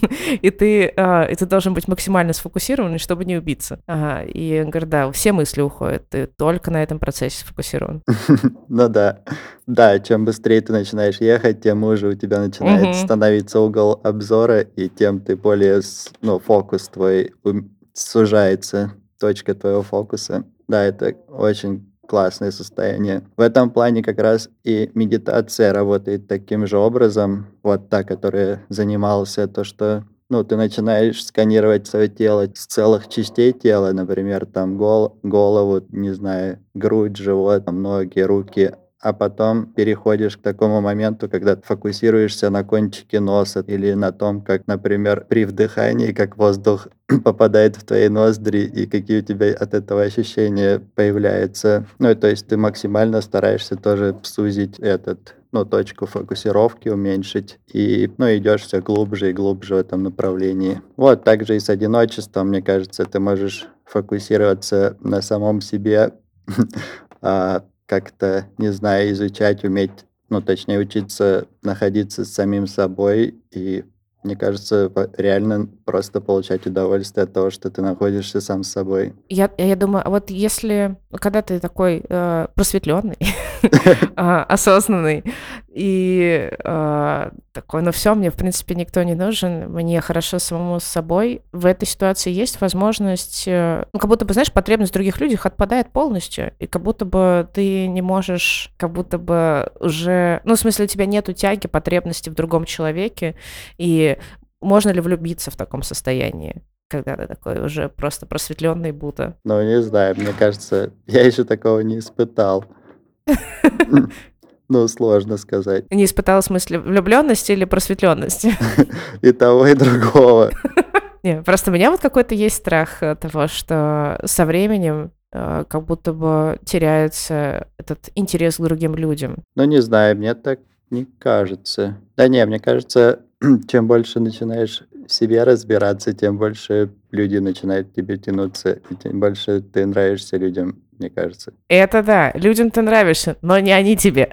и ты, а, и ты должен быть максимально сфокусированный, чтобы не убиться. Ага, и он говорит, да, все мысли уходят, ты только на этом процессе сфокусирован. Ну да. Да, чем быстрее ты начинаешь ехать, тем уже у тебя начинает Мгм. становиться угол обзора, и тем ты более, с- ну, фокус твой ум- сужается, точка твоего фокуса. Да, это очень классное состояние. В этом плане как раз и медитация работает таким же образом. Вот та, которая занимался, то, что ну, ты начинаешь сканировать свое тело с целых частей тела, например, там гол голову, не знаю, грудь, живот, там ноги, руки, а потом переходишь к такому моменту, когда ты фокусируешься на кончике носа или на том, как, например, при вдыхании, как воздух попадает в твои ноздри и какие у тебя от этого ощущения появляются. Ну, и то есть ты максимально стараешься тоже сузить этот, ну, точку фокусировки, уменьшить, и, ну, идешь все глубже и глубже в этом направлении. Вот, также и с одиночеством, мне кажется, ты можешь фокусироваться на самом себе, а, как-то, не знаю, изучать, уметь, ну, точнее, учиться находиться с самим собой и, мне кажется, по- реально просто получать удовольствие от того, что ты находишься сам с собой. Я, я думаю, а вот если, когда ты такой э, просветленный, а, осознанный и а, такой, ну все, мне в принципе никто не нужен, мне хорошо самому с собой, в этой ситуации есть возможность, э, ну как будто бы, знаешь, потребность в других людях отпадает полностью, и как будто бы ты не можешь, как будто бы уже, ну в смысле у тебя нету тяги, потребности в другом человеке, и можно ли влюбиться в таком состоянии? Когда ты такой уже просто просветленный Будда. Ну, не знаю, мне кажется, я еще такого не испытал. Ну, сложно сказать. Не испытала в смысле влюбленности или просветленности? И того, и другого. Не, просто у меня вот какой-то есть страх э, того, что со временем э, как будто бы теряется этот интерес к другим людям. Ну, не знаю, мне так не кажется. Да не, мне кажется, чем больше начинаешь в себе разбираться, тем больше люди начинают к тебе тянуться, и тем больше ты нравишься людям, мне кажется. Это да, людям ты нравишься, но не они тебе.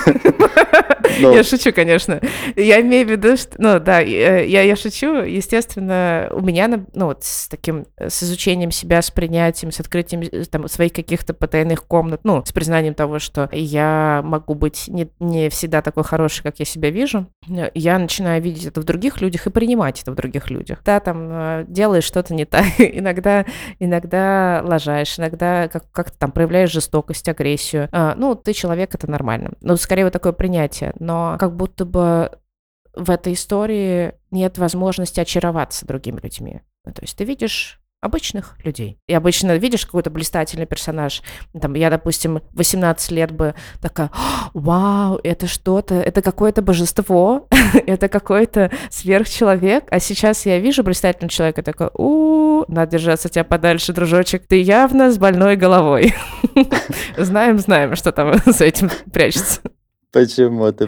Ну, Я шучу, конечно. Я имею в виду, что, ну да, э, я, я шучу. Естественно, у меня, на- ну вот с таким, э, с изучением себя, с принятием, с открытием э, там своих каких-то потайных комнат, ну, с признанием того, что я могу быть не, не всегда такой хороший, как я себя вижу, э, я начинаю видеть это в других людях и принимать это в других людях. Да, там э, делаешь что-то не так, иногда, иногда лажаешь, иногда как, как-то там проявляешь жестокость, агрессию. А, ну, ты человек, это нормально. Ну, скорее вот такое принятие. Но как будто бы в этой истории нет возможности очароваться другими людьми. Ну, то есть ты видишь обычных людей. И обычно видишь какой-то блистательный персонаж. Там, я, допустим, восемнадцать лет бы такая: «О, вау, это что-то, это какое-то божество, это какой-то сверхчеловек». А сейчас я вижу блистательного человека, такой: у надо держаться от тебя подальше, дружочек, ты явно с больной головой. Знаем, знаем, что там за этим прячется. почему ты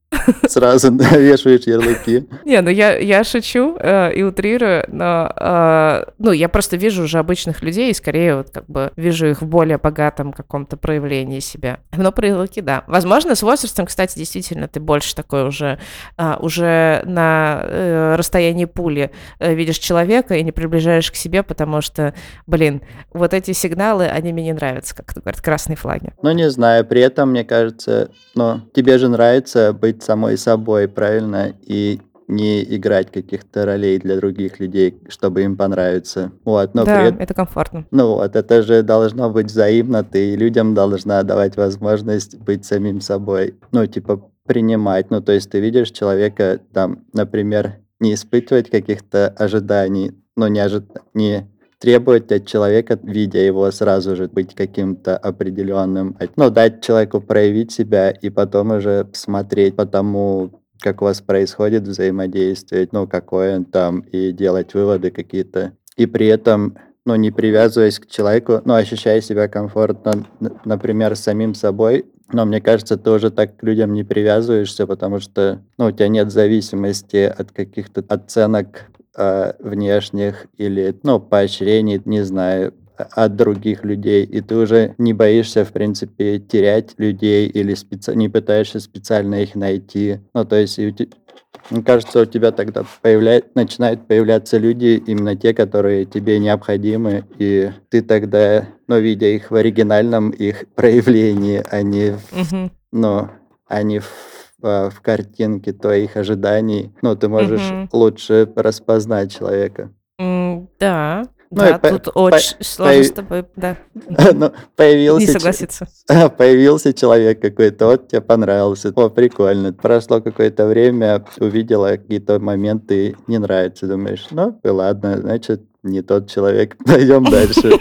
сразу навешиваешь ярлыки? Не, ну я, я шучу э, и утрирую, но э, ну, я просто вижу уже обычных людей и скорее вот как бы вижу их в более богатом каком-то проявлении себя. Но про ярлыки, да. Возможно, с возрастом, кстати, действительно ты больше такой уже, а, уже на э, расстоянии пули э, видишь человека и не приближаешь к себе, потому что, блин, вот эти сигналы, они мне не нравятся, как говорят, красные флаги. Ну, не знаю, при этом, мне кажется, ну, тебе же нравится быть самой собой, правильно? И не играть каких-то ролей для других людей, чтобы им понравиться. Вот, но при Да, этом, это комфортно. ну вот, это же должно быть взаимно, ты людям должна давать возможность быть самим собой. Ну, типа, принимать. Ну, то есть ты видишь человека, там, например, не испытывать каких-то ожиданий, но не, ожи- не требовать от человека, видя его, сразу же быть каким-то определенным. А, ну, дать человеку проявить себя и потом уже смотреть по тому, как у вас происходит взаимодействие, ну, какое он там, и делать выводы какие-то. И при этом, ну, не привязываясь к человеку, но ощущая себя комфортно, н- например, с самим собой. Но мне кажется, ты уже так к людям не привязываешься, потому что, ну, у тебя нет зависимости от каких-то оценок э, внешних или, ну, поощрений, не знаю, а- от других людей, и ты уже не боишься, в принципе, терять людей или специ- не пытаешься специально их найти. Ну, то есть, и у те- мне кажется, у тебя тогда появля... начинают появляться люди, именно те, которые тебе необходимы, и ты тогда, ну, видя их в оригинальном их проявлении, а не в, Мгм. ну, а не в, а, в картинке твоих ожиданий, ну, ты можешь Мгм. лучше распознать человека. М, Да, Ну и да, по- тут по- очень сложно с появ- тобой, да, мгм, ну, не появился, че- согласиться. появился человек какой-то, вот тебе понравился, о, прикольно. Прошло какое-то время, увидела какие-то моменты, не нравится, думаешь, ну и ладно, значит, не тот человек, пойдем дальше.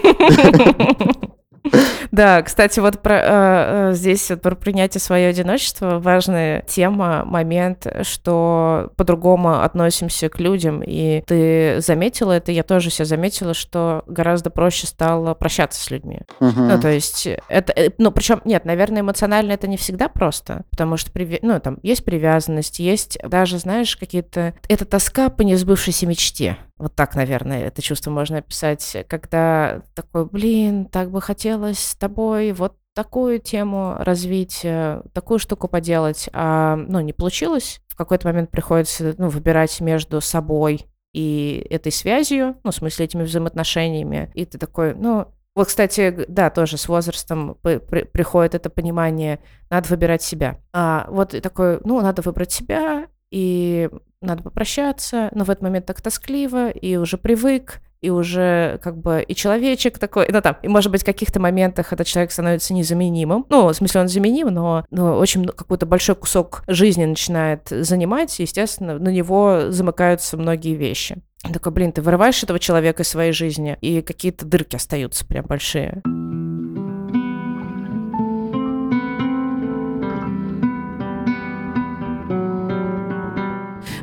Да, кстати, вот про, э, э, здесь вот про принятие своего одиночества важная тема, момент, что по-другому относимся к людям. И ты заметила это, я тоже себя заметила, что гораздо проще стало прощаться с людьми. Ну, Мгм. то есть это, э, ну, причем, нет, наверное, эмоционально это не всегда просто, потому что, приве- ну, там, есть привязанность, есть даже, знаешь, какие-то... Это тоска по несбывшейся мечте. Вот так, наверное, это чувство можно описать, когда такой, блин, так бы хотелось с тобой вот такую тему развить, э, такую штуку поделать, а, ну, не получилось. В какой-то момент приходится, ну, выбирать между собой и этой связью, ну, в смысле, этими взаимоотношениями. И ты такой, ну, вот, кстати, г- да, тоже с возрастом п- при- приходит это понимание, надо выбирать себя. А вот и такой, ну, надо выбрать себя, и надо попрощаться, но в этот момент так тоскливо, и уже привык, и уже как бы и человечек такой, ну там, и может быть в каких-то моментах этот человек становится незаменимым, ну, в смысле он заменим, но, но очень мно- какой-то большой кусок жизни начинает занимать, и, естественно, на него замыкаются многие вещи. Он такой, блин, ты вырываешь этого человека из своей жизни, и какие-то дырки остаются прям большие.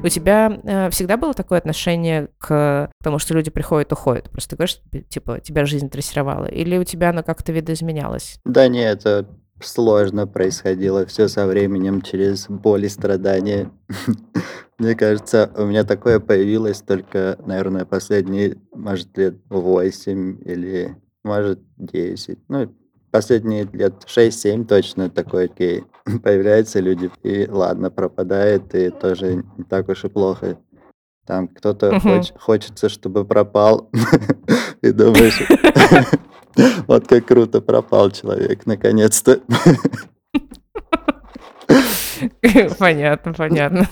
У тебя э, всегда было такое отношение к тому, что люди приходят, уходят? Просто ты говоришь, тебе, типа, тебя жизнь дрессировала? Или у тебя оно как-то видоизменялось? Да не, это сложно происходило все со временем, через боль и страдания. Мне кажется, у меня такое появилось только, наверное, последние, может, лет восемь или, может, десять. Ну, последние лет шесть-семь точно такой, окей, появляются люди, и ладно, пропадает, и тоже не так уж и плохо. Там кто-то Мгм. хоч хочется, чтобы пропал, и думаешь: "Вот как круто, пропал человек наконец-то". Понятно, понятно.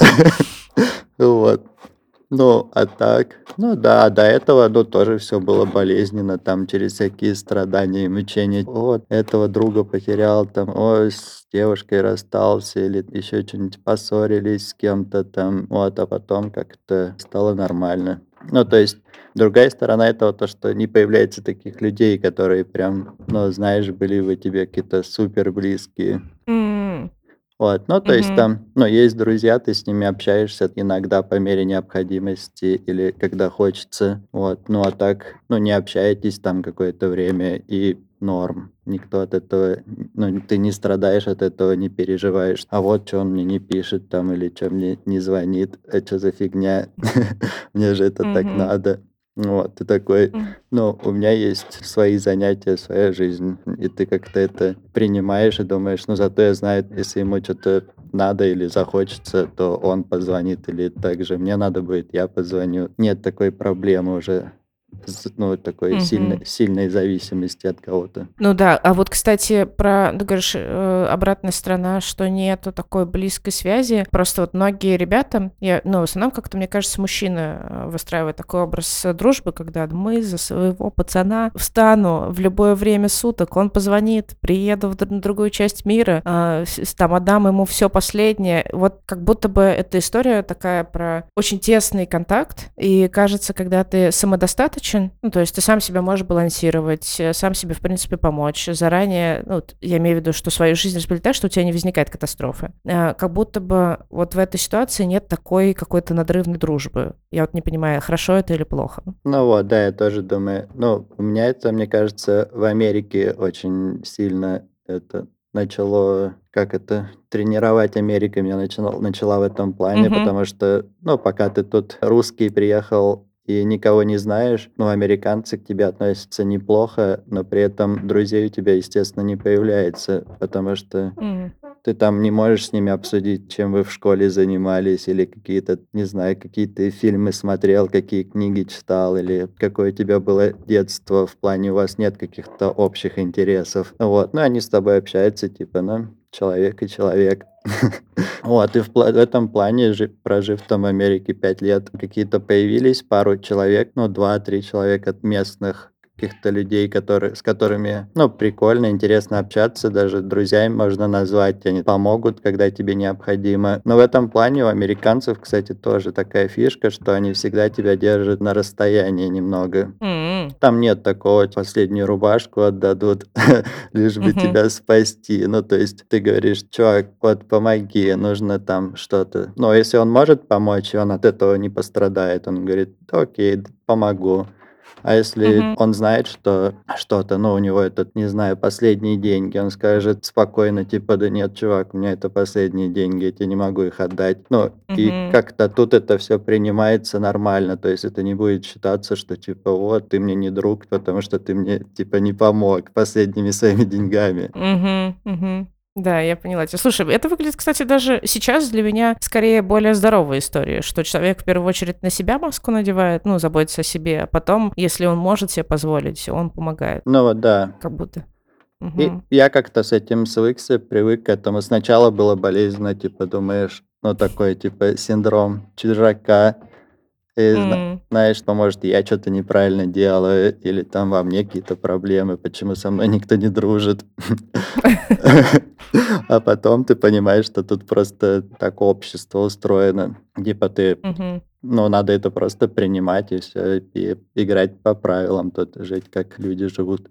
Вот. Ну, а так, ну да, до этого, ну, тоже все было болезненно, там, через всякие страдания и мучения. Вот этого друга потерял, там, ой, с девушкой расстался или еще что нибудь поссорились с кем-то там, вот, а потом как-то стало нормально. Ну, то есть другая сторона этого, то, что не появляется таких людей, которые прям, ну, знаешь, были бы тебе какие-то супер близкие. М, Вот, ну, то есть мгм, там, ну, есть друзья, ты с ними общаешься иногда по мере необходимости или когда хочется. Вот, ну, а так, ну, не общаетесь там какое-то время и норм. Никто от этого, ну, ты не страдаешь от этого, не переживаешь. А вот что он мне не пишет там или что мне не звонит, это чё за фигня? Мне же это так мгм, надо. Вот, ты такой, м. ну, у меня есть свои занятия, своя жизнь, и ты как-то это принимаешь и думаешь, ну, зато я знаю, если ему что-то надо или захочется, то он позвонит, или также мне надо будет, я позвоню. Нет такой проблемы уже, с- ну, такой Мгм. сильной, сильной зависимости от кого-то. Ну да, а вот, кстати, про, ты говоришь, э, обратная сторона, что нету такой близкой связи. Просто вот многие ребята, я, ну, в основном как-то, мне кажется, мужчины э, выстраивают такой образ э, дружбы, когда мы за своего пацана встану в любое время суток, он позвонит, приеду в др- на другую часть мира, а, с- с- там отдам ему все последнее. Вот как будто бы эта история такая про очень тесный контакт, и кажется, когда ты самодостаточен, ну, то есть ты сам себя можешь балансировать, э, сам себе, в принципе, помочь заранее, ну, вот я имею в виду, что свою жизнь разбавить так, что у тебя не возникает катастрофы. А, как будто бы вот в этой ситуации нет такой какой-то надрывной дружбы. Я вот не понимаю, хорошо это или плохо. Ну вот, да, я тоже думаю. Ну, у меня это, мне кажется, в Америке очень сильно это начало, как это, тренировать Америка меня начала, начала в этом плане, Мгм. потому что, ну, пока ты тут русский приехал и никого не знаешь, ну, американцы к тебе относятся неплохо, но при этом друзей у тебя, естественно, не появляется, потому что М. ты там не можешь с ними обсудить, чем вы в школе занимались, или какие-то, не знаю, какие ты фильмы смотрел, какие книги читал, или какое у тебя было детство, в плане у вас нет каких-то общих интересов. Вот, ну, они с тобой общаются, типа, ну, человек и человек. Вот, и в пла в этом плане, жи прожив там в Америке пять лет, какие-то появились пару человек, ну, два-три человека местных каких-то людей, которые с которыми, ну, прикольно, интересно общаться, даже друзьями можно назвать, они помогут, когда тебе необходимо. Но в этом плане у американцев, кстати, тоже такая фишка, что они всегда тебя держат на расстоянии немного. М. Там нет такого, последнюю рубашку отдадут, лишь бы Мгм. тебя спасти. Ну, то есть ты говоришь: "Чувак, вот помоги, нужно там что-то". Но если он может помочь, и он от этого не пострадает, он говорит: "Да окей, д помогу". А если Мгм. он знает, что что-то, ну, у него этот, не знаю, последние деньги, он скажет спокойно, типа: "Да нет, чувак, у меня это последние деньги, я тебе не могу их отдать". Ну, и Мгм. как-то тут это все принимается нормально. То есть это не будет считаться, что типа: "Вот, ты мне не друг, потому что ты мне, типа, не помог последними своими деньгами". Мгм. Мгм. Да, я поняла тебя. Слушай, это выглядит, кстати, даже сейчас для меня скорее более здоровая история, что человек в первую очередь на себя маску надевает, ну, заботится о себе, а потом, если он может себе позволить, он помогает. Ну вот да. Как будто. И Мгм. я как-то с этим свыкся, привык к этому. Сначала было болезненно, типа думаешь, ну, такой, типа, синдром чужака. И зна М. знаешь, что, может, я что то неправильно делаю или там во мне какие-то проблемы, почему со мной никто не дружит. А потом ты понимаешь, что тут просто так общество устроено. Типа ты, Мгм. ну, надо это просто принимать и все и играть по правилам тут, жить, как люди живут.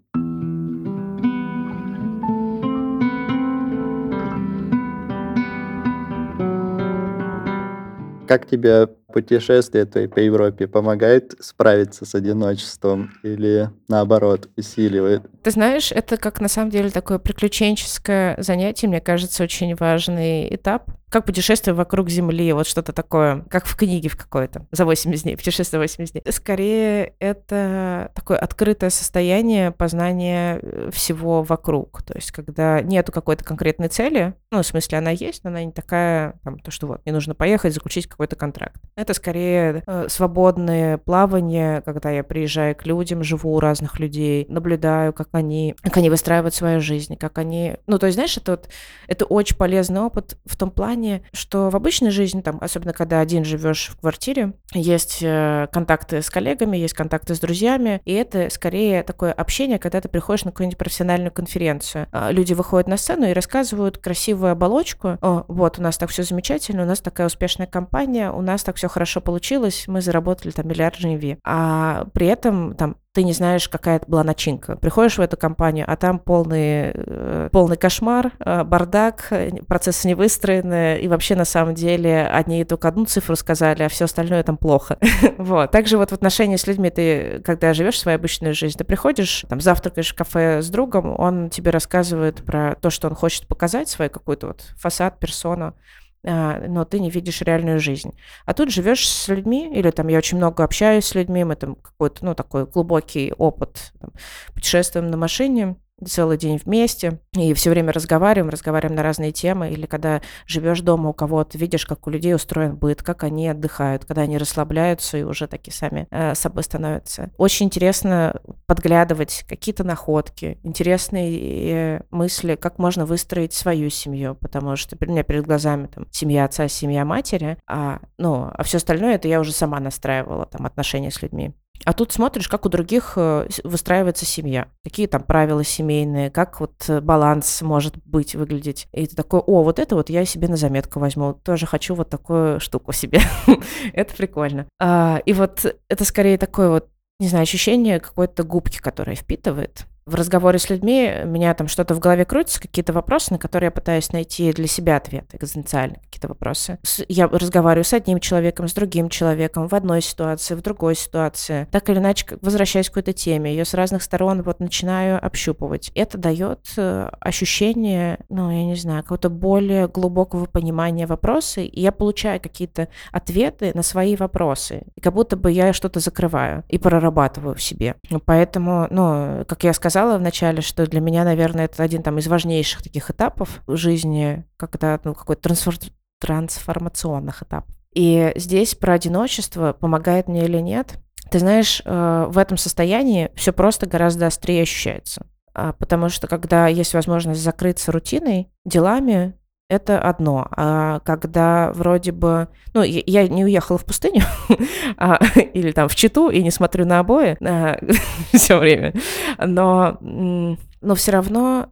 как тебе путешествие твои по Европе помогает справиться с одиночеством или, наоборот, усиливает? Ты знаешь, это как на самом деле такое приключенческое занятие, мне кажется, очень важный этап. Как путешествие вокруг Земли, вот что-то такое, как в книге в какой-то, за восемьдесят дней, путешествие восемьдесят дней. Скорее, это такое открытое состояние познания э, всего вокруг. То есть, когда нету какой-то конкретной цели, ну, в смысле, она есть, но она не такая, там, то, что вот, мне нужно поехать, заключить какой-то контракт. Это скорее э, свободное плавание, когда я приезжаю к людям, живу у разных людей, наблюдаю, как они, как они выстраивают свою жизнь, как они... Ну, то есть, знаешь, это вот, это очень полезный опыт в том плане, что в обычной жизни, там, особенно когда один живешь в квартире, есть э, контакты с коллегами, есть контакты с друзьями, и это скорее такое общение, когда ты приходишь на какую-нибудь профессиональную конференцию. А, Люди выходят на сцену и рассказывают красивую оболочку. О, вот, у нас так все замечательно, у нас такая успешная компания, у нас так все хорошо получилось, мы заработали там миллиард джи эм ви. А при этом там ты не знаешь, какая это была начинка. Приходишь в эту компанию, а там полный, э, полный кошмар, э, бардак, э, процессы не выстроены, и вообще на самом деле одни только одну цифру сказали, а все остальное там плохо. Вот. Также вот в отношении с людьми ты, когда живешь свою обычную жизнь, ты приходишь, там, завтракаешь в кафе с другом, он тебе рассказывает про то, что он хочет показать, свой какой-то вот фасад, персону, а, но ты не видишь реальную жизнь. А тут живешь с людьми, или там я очень много общаюсь с людьми, мы там какой-то, ну, такой глубокий опыт, там, путешествуем на машине целый день вместе и все время разговариваем, разговариваем на разные темы, или когда живешь дома у кого-то, видишь, как у людей устроен быт, как они отдыхают, когда они расслабляются и уже такие сами э, собой становятся. Очень интересно подглядывать какие-то находки, интересные э, мысли, как можно выстроить свою семью, потому что у меня перед глазами там семья отца, семья матери, а, ну, а все остальное это я уже сама настраивала, там, отношения с людьми. А тут смотришь, как у других э, с- выстраивается семья, какие там правила семейные, как вот э, баланс может быть, выглядеть. И ты такой, о, вот это вот я себе на заметку возьму, тоже хочу вот такую штуку себе. Это прикольно. А, И вот это скорее такое вот, не знаю, ощущение какой-то губки, которая впитывает. В разговоре с людьми у меня там что-то в голове крутится, какие-то вопросы, на которые я пытаюсь найти для себя ответ, экзистенциальные какие-то вопросы. С- Я разговариваю с одним человеком, с другим человеком, в одной ситуации, в другой ситуации. Так или иначе, как- возвращаюсь к какой-то теме, ее с разных сторон вот начинаю общупывать. Это дает э, ощущение, ну, я не знаю, какого-то более глубокого понимания вопроса, и я получаю какие-то ответы на свои вопросы. И как будто бы я что-то закрываю и прорабатываю в себе. Ну, Поэтому, ну, как я сказала в начале, что для меня, наверное, это один там из важнейших таких этапов в жизни, когда, ну, какой-то трансфор- трансформационных этапов. И здесь про одиночество, помогает мне или нет, ты знаешь, э, в этом состоянии все просто гораздо острее ощущается. А, Потому что когда есть возможность закрыться рутиной, делами, это одно. А когда вроде бы... Ну, я я не уехала в пустыню а, или там в Читу и не смотрю на обои все время, но, м, но все равно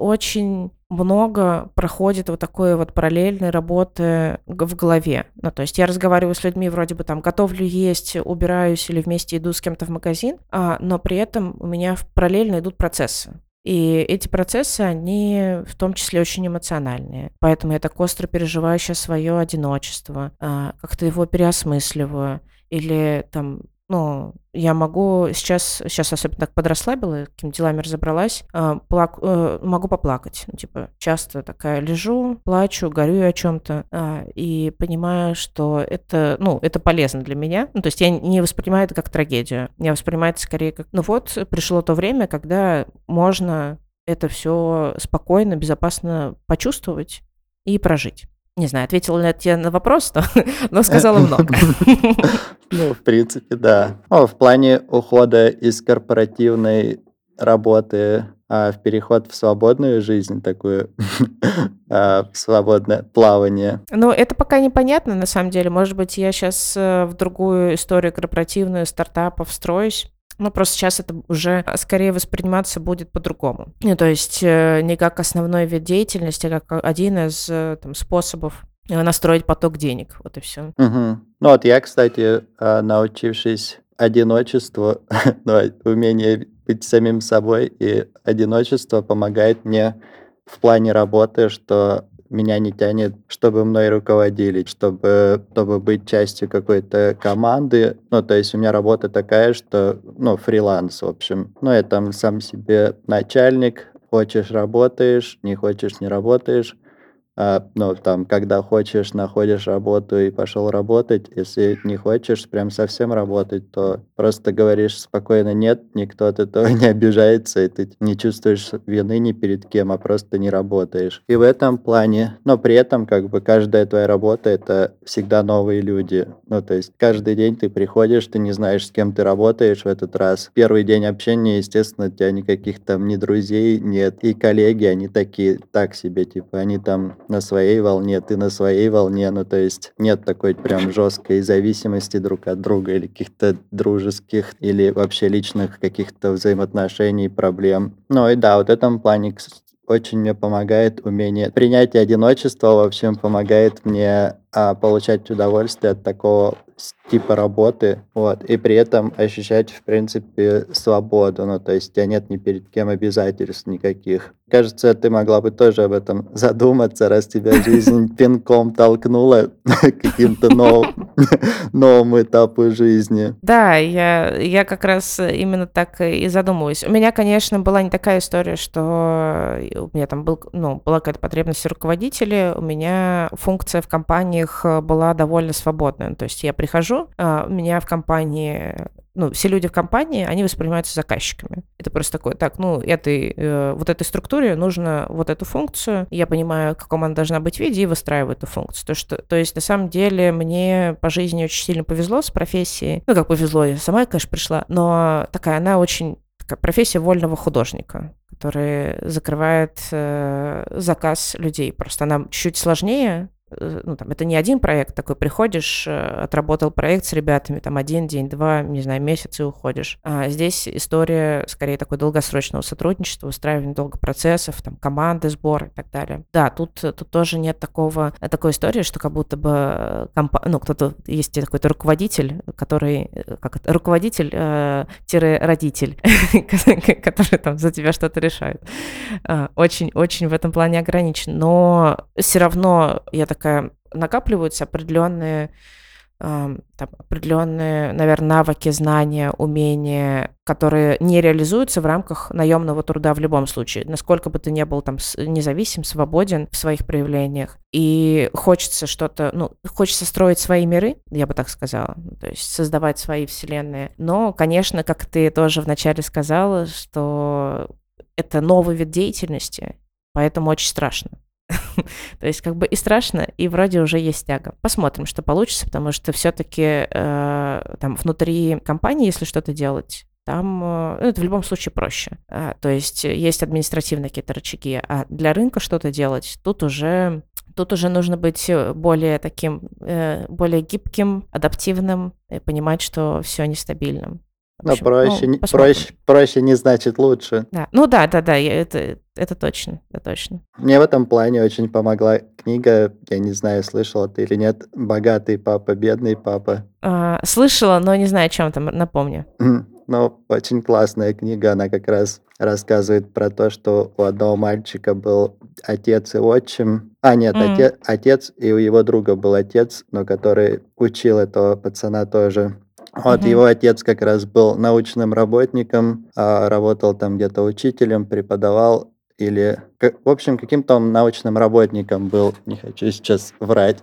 очень много проходит вот такой вот параллельной работы г- в голове. Ну, то есть я разговариваю с людьми, вроде бы там готовлю есть, убираюсь или вместе иду с кем-то в магазин, а, но при этом у меня в- параллельно идут процессы. И эти процессы, они в том числе очень эмоциональные. Поэтому я так остро переживаю сейчас свое одиночество, а, как-то его переосмысливаю. Или там, ну, я могу сейчас, сейчас особенно так подрасслабила, какими делами разобралась, а, плак- э, могу поплакать. Ну, типа, часто такая лежу, плачу, горюю о чем-то, и понимаю, что это, ну, это полезно для меня. Ну, то есть я не воспринимаю это как трагедию. Я воспринимаю это скорее как, ну вот, пришло то время, когда можно это все спокойно, безопасно почувствовать и прожить. Не знаю, ответила ли я тебе на вопрос, но, но сказала много. Ну, в принципе, да. Ну, в плане ухода из корпоративной работы, а, в переход в свободную жизнь, такую, а, в свободное плавание. Ну, это пока непонятно, на самом деле. Может быть, я сейчас в другую историю корпоративную, стартапов встроюсь. Ну, просто сейчас это уже а, скорее восприниматься будет по-другому. Ну, то есть э, не как основной вид деятельности, а как один из э, там, способов э, настроить поток денег. Вот и все. Мгм. Ну, вот я, кстати, а, научившись одиночеству, ну, а, умение быть самим собой, и одиночество помогает мне в плане работы, что меня не тянет, чтобы мной руководили, чтобы, чтобы быть частью какой-то команды. Ну, то есть у меня работа такая, что, ну, фриланс, в общем. Ну, я там сам себе начальник, хочешь работаешь, не хочешь не работаешь. А, ну, там, когда хочешь, находишь работу и пошел работать. Если не хочешь прям совсем работать, то просто говоришь спокойно нет, никто от этого не обижается, и ты не чувствуешь вины ни перед кем, а просто не работаешь. И в этом плане, но при этом как бы каждая твоя работа — это всегда новые люди. Ну, то есть каждый день ты приходишь, ты не знаешь, с кем ты работаешь в этот раз. Первый день общения, естественно, у тебя никаких там ни друзей нет, и коллеги, они такие, так себе, типа, они там на своей волне, ты на своей волне, ну, то есть нет такой прям жесткой зависимости друг от друга или каких-то дружеских или вообще личных каких-то взаимоотношений, проблем. Ну и да, вот в этом плане кс- очень мне помогает умение принятие одиночества, в общем, помогает мне а, получать удовольствие от такого с- типа работы, вот, и при этом ощущать, в принципе, свободу, ну, то есть у тебя нет ни перед кем обязательств никаких. Кажется, ты могла бы тоже об этом задуматься, раз тебя жизнь пинком толкнула к каким-то нов- новому этапу жизни. Да, я, я как раз именно так и задумываюсь. У меня, конечно, была не такая история, что у меня там был, ну, была какая-то потребность в руководителе. У меня функция в компаниях э, была довольно свободная. То есть я прихожу, а, у меня в компании, ну, все люди в компании, они воспринимаются заказчиками. Это просто такое, так, ну, этой, э, вот этой структуре нужно вот эту функцию, я понимаю, в каком она должна быть виде, и выстраиваю эту функцию. То, что, то есть, на самом деле, мне по жизни очень сильно повезло с профессией. Ну, как повезло, я сама, конечно, пришла, но такая, она очень такая профессия вольного художника, который закрывает э, заказ людей. Просто она чуть сложнее, э, ну, там, это не один проект, такой приходишь, э, отработал проект с ребятами, там, один день, два, не знаю, месяц и уходишь. А здесь история, скорее, такой долгосрочного сотрудничества, выстраивания долго процессов, там, команды, сбор и так далее. Да, тут, тут тоже нет такого, такой истории, что как будто бы э, компа- ну, кто-то, есть какой-то руководитель, который, э, как это, руководитель, э, тире родитель, который там за тебя что-то решает. А, Очень-очень в этом плане ограничен. Но все равно я такая, накапливаются определенные, ам, там, определенные, наверное, навыки, знания, умения, которые не реализуются в рамках наемного труда в любом случае. Насколько бы ты не был там с- независим, свободен в своих проявлениях. И хочется что-то, ну, хочется строить свои миры, я бы так сказала, ну, то есть создавать свои вселенные. Но, конечно, как ты тоже вначале сказала, что это новый вид деятельности, поэтому очень страшно. То есть как бы и страшно, и вроде уже есть тяга. Посмотрим, что получится, потому что все-таки там внутри компании, если что-то делать, там э, ну, это в любом случае проще. А, то есть есть административные какие-то рычаги, а для рынка что-то делать, тут уже тут уже нужно быть э, более таким, э, более гибким, адаптивным, и понимать, что все нестабильно. В Но общем, проще, ну, не- посмотрим. проще, проще не значит лучше. Да. Ну да, да, да, я- это, это точно, это точно. Мне в этом плане очень помогла книга, я не знаю, слышала ты или нет, «Богатый папа, бедный папа». А, слышала, но не знаю, о чем там, напомню. Мгм. Ну, очень классная книга, она как раз рассказывает про то, что у одного мальчика был отец и отчим. А, нет, М, оте- отец, и у его друга был отец, но который учил этого пацана тоже. Вот мгм, его отец как раз был научным работником, а, работал там где-то учителем, преподавал или, ка- в общем, каким-то он научным работником был. Не хочу сейчас врать.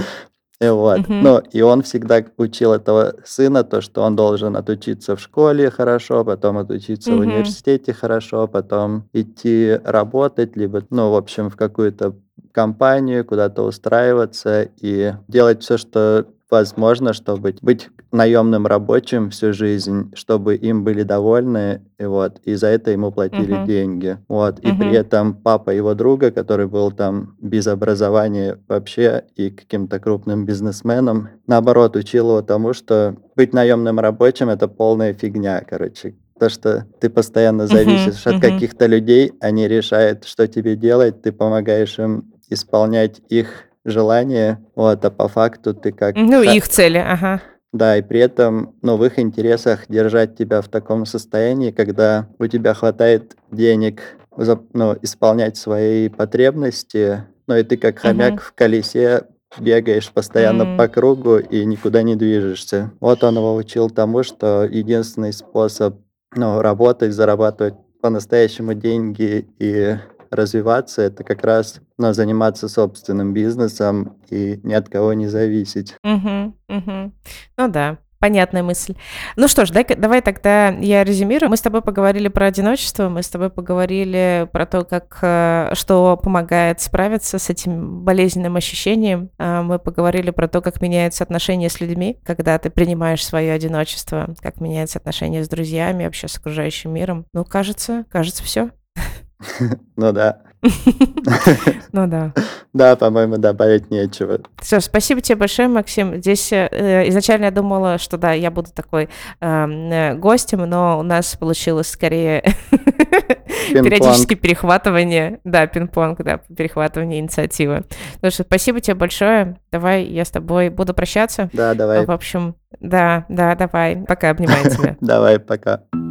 И вот. мгм, Ну, и он всегда учил этого сына, то, что он должен отучиться в школе хорошо, потом отучиться в мгм, университете хорошо, потом идти работать, либо, ну, в общем, в какую-то компанию, куда-то устраиваться и делать все, что возможно, чтобы быть наемным рабочим всю жизнь, чтобы им были довольны, и вот, и за это ему платили мгм, деньги. Вот, и при мгм, этом папа его друга, который был там без образования вообще и каким-то крупным бизнесменом, наоборот, учил его тому, что быть наемным рабочим — это полная фигня, короче. То, что ты постоянно мгм, зависишь от мгм. каких-то людей, они решают, что тебе делать, ты помогаешь им исполнять их желания, вот, а по факту ты как Ну, ха их цели, ага. да, и при этом, ну, в их интересах держать тебя в таком состоянии, когда у тебя хватает денег, за ну, исполнять свои потребности, но и ты как хомяк Мгм. в колесе бегаешь постоянно по М. кругу и никуда не движешься. Вот он его учил тому, что единственный способ, ну, работать, зарабатывать по-настоящему деньги и развиваться — это как раз, ну, заниматься собственным бизнесом и ни от кого не зависеть. Мгм, мгм. Ну да, понятная мысль. Ну что ж, дай-ка давай тогда я резюмирую. Мы с тобой поговорили про одиночество, мы с тобой поговорили про то, как, э, что помогает справиться с этим болезненным ощущением. А, мы поговорили про то, как меняются отношения с людьми, когда ты принимаешь свое одиночество, как меняются отношения с друзьями, вообще с окружающим миром. Ну, кажется, кажется, все. Ну да. Ну да. Да, по-моему, добавить нечего. Всё, спасибо тебе большое, Максим. Здесь, э, э, изначально я думала, что да, я буду такой, ам, э, гостем, но у нас получилось скорее Пинг-понг. периодически перехватывание, да, пинг-понг, да, перехватывание инициативы. Так что спасибо тебе большое. Давай я с тобой буду прощаться. Да, А, давай. в общем, да, да, давай. Пока, обнимаю тебя. Давай, пока.